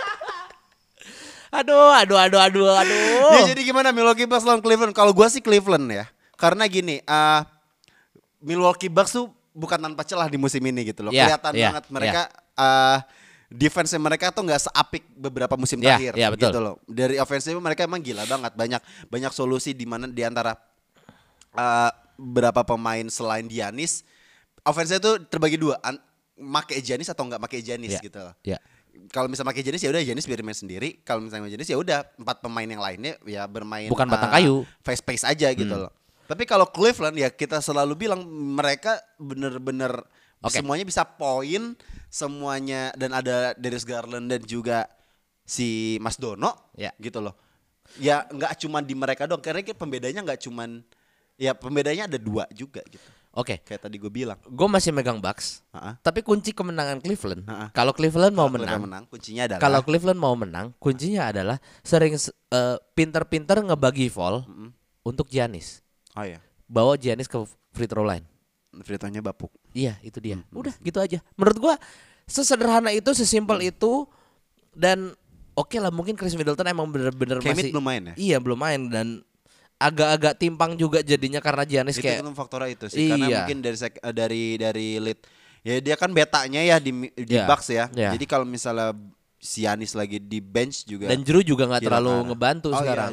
Speaker 3: Aduh.
Speaker 2: Ya, jadi gimana Milwaukee Bucks lawan Cleveland? Kalau gue sih Cleveland ya. Karena gini, Milwaukee Bucks tuh bukan tanpa celah di musim ini gitu loh. Kelihatan banget mereka defense mereka tuh nggak seapik beberapa musim terakhir gitu loh. Dari offensive mereka emang gila banget, banyak solusi di mana di antara beberapa pemain selain Giannis, offensive tuh terbagi dua, make Giannis atau nggak make Giannis gitu loh. Kalau misalnya pakai Giannis ya udah Giannis biar main sendiri. Kalau misalnya Giannis ya udah 4 pemain yang lainnya ya bermain
Speaker 3: bukan batang kayu,
Speaker 2: fast pace aja gitu loh. Tapi kalau Cleveland ya kita selalu bilang mereka bener-bener semuanya bisa poin semuanya, dan ada Darius Garland dan juga si Mas Dono gitu loh. Ya nggak cuma di mereka dong, karena pembedanya nggak cuman ya pembedanya ada 2 juga gitu.
Speaker 3: Oke.
Speaker 2: Kayak tadi gue bilang.
Speaker 3: Gue masih megang Bucks. Tapi kunci kemenangan Cleveland. Kalau Cleveland mau menang,
Speaker 2: kuncinya adalah.
Speaker 3: Kalau Cleveland mau menang, kuncinya adalah sering pinter-pinter ngebagi ball untuk Giannis.
Speaker 2: Oh iya.
Speaker 3: Bawa Giannis ke free throw line.
Speaker 2: Free throw-nya bapuk.
Speaker 3: Iya, itu dia. Udah gitu aja. Menurut gue sesederhana itu, sesimpel itu. Dan oke lah, mungkin Chris Middleton emang bener-bener masih
Speaker 2: belum main ya?
Speaker 3: Iya, belum main, dan agak-agak timpang juga jadinya karena Giannis
Speaker 2: itu
Speaker 3: kayak
Speaker 2: faktornya itu sih, karena mungkin dari lead ya dia kan betanya ya di Bucks ya. Jadi kalau misalnya si Giannis lagi di bench juga,
Speaker 3: dan Jrue juga nggak terlalu ngebantu sekarang.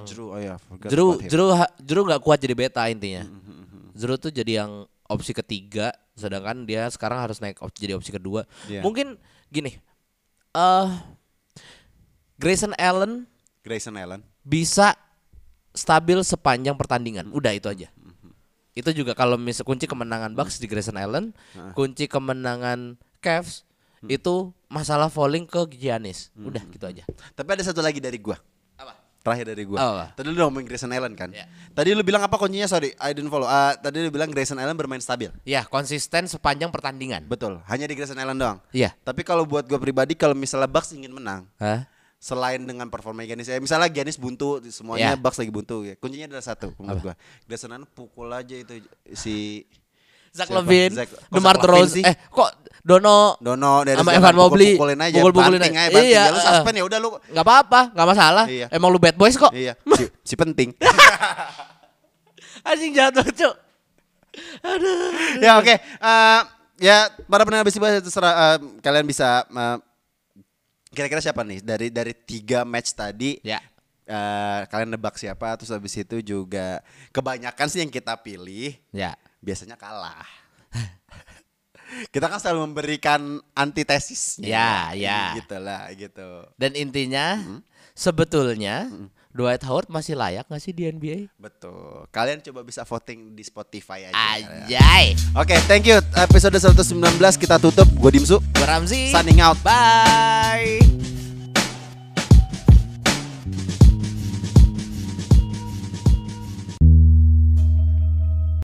Speaker 3: Jrue nggak kuat jadi beta intinya. Jrue tuh jadi yang opsi ketiga, sedangkan dia sekarang harus naik jadi opsi kedua. Mungkin gini, Grayson Allen
Speaker 2: Grayson Allen
Speaker 3: bisa stabil sepanjang pertandingan. Udah itu aja. Itu juga kalau kunci kemenangan Bucks di Grayson Allen, kunci kemenangan Cavs itu masalah falling ke Giannis. Udah gitu aja.
Speaker 2: Tapi ada satu lagi dari gua.
Speaker 3: Apa?
Speaker 2: Terakhir dari gua.
Speaker 3: Apa?
Speaker 2: Tadi lu ngomongin Grayson Allen kan?
Speaker 3: Ya.
Speaker 2: Tadi lu bilang apa kuncinya? Sorry, I didn't follow. Tadi lu bilang Grayson Allen bermain stabil.
Speaker 3: Ya, konsisten sepanjang pertandingan.
Speaker 2: Betul. Hanya di Grayson Allen doang.
Speaker 3: Iya.
Speaker 2: Tapi kalau buat gua pribadi, kalau misalnya Bucks ingin menang,
Speaker 3: Hah?
Speaker 2: selain dengan performa Giannis, misalnya Giannis buntu, semuanya
Speaker 3: Ya.
Speaker 2: Bucks lagi buntu ya. Kuncinya adalah satu menurut gua. Grayson Allen pukul aja itu si
Speaker 3: Zach
Speaker 2: siapa?
Speaker 3: Levine,
Speaker 2: Kok
Speaker 3: DeMar
Speaker 2: Zach Lavine
Speaker 3: DeRozan,
Speaker 2: sih?
Speaker 3: kok Dono
Speaker 2: dari
Speaker 3: sama
Speaker 2: sekarang
Speaker 3: Evan Mobley
Speaker 2: pukul-pukulin aja,
Speaker 3: pukul-pukulin
Speaker 2: banting
Speaker 3: aja.
Speaker 2: aja, banting.
Speaker 3: Iya,
Speaker 2: Ya, lu suspend ya udah lu.
Speaker 3: nggak apa-apa, nggak masalah.
Speaker 2: Iya.
Speaker 3: Emang lu bad boys kok.
Speaker 2: Iya, si penting.
Speaker 3: Anjing jahat banget, Cuk.
Speaker 2: Ya oke. Ya para pendengar Bisik Bahas terserah kalian bisa kira-kira siapa nih dari 3 match tadi?
Speaker 3: Ya.
Speaker 2: Kalian nebak siapa? Terus habis itu juga kebanyakan sih yang kita pilih
Speaker 3: Ya.
Speaker 2: biasanya kalah. Kita kan selalu memberikan antitesisnya.
Speaker 3: Ya.
Speaker 2: Gitulah gitu.
Speaker 3: Dan intinya sebetulnya Dwight Howard masih layak gak sih di NBA?
Speaker 2: Betul. Kalian coba bisa voting di Spotify aja.
Speaker 3: Ajay.
Speaker 2: Oke, thank you. Episode 119 kita tutup. Gue Dimsu.
Speaker 3: Gue Ramzi.
Speaker 2: Signing out.
Speaker 3: Bye.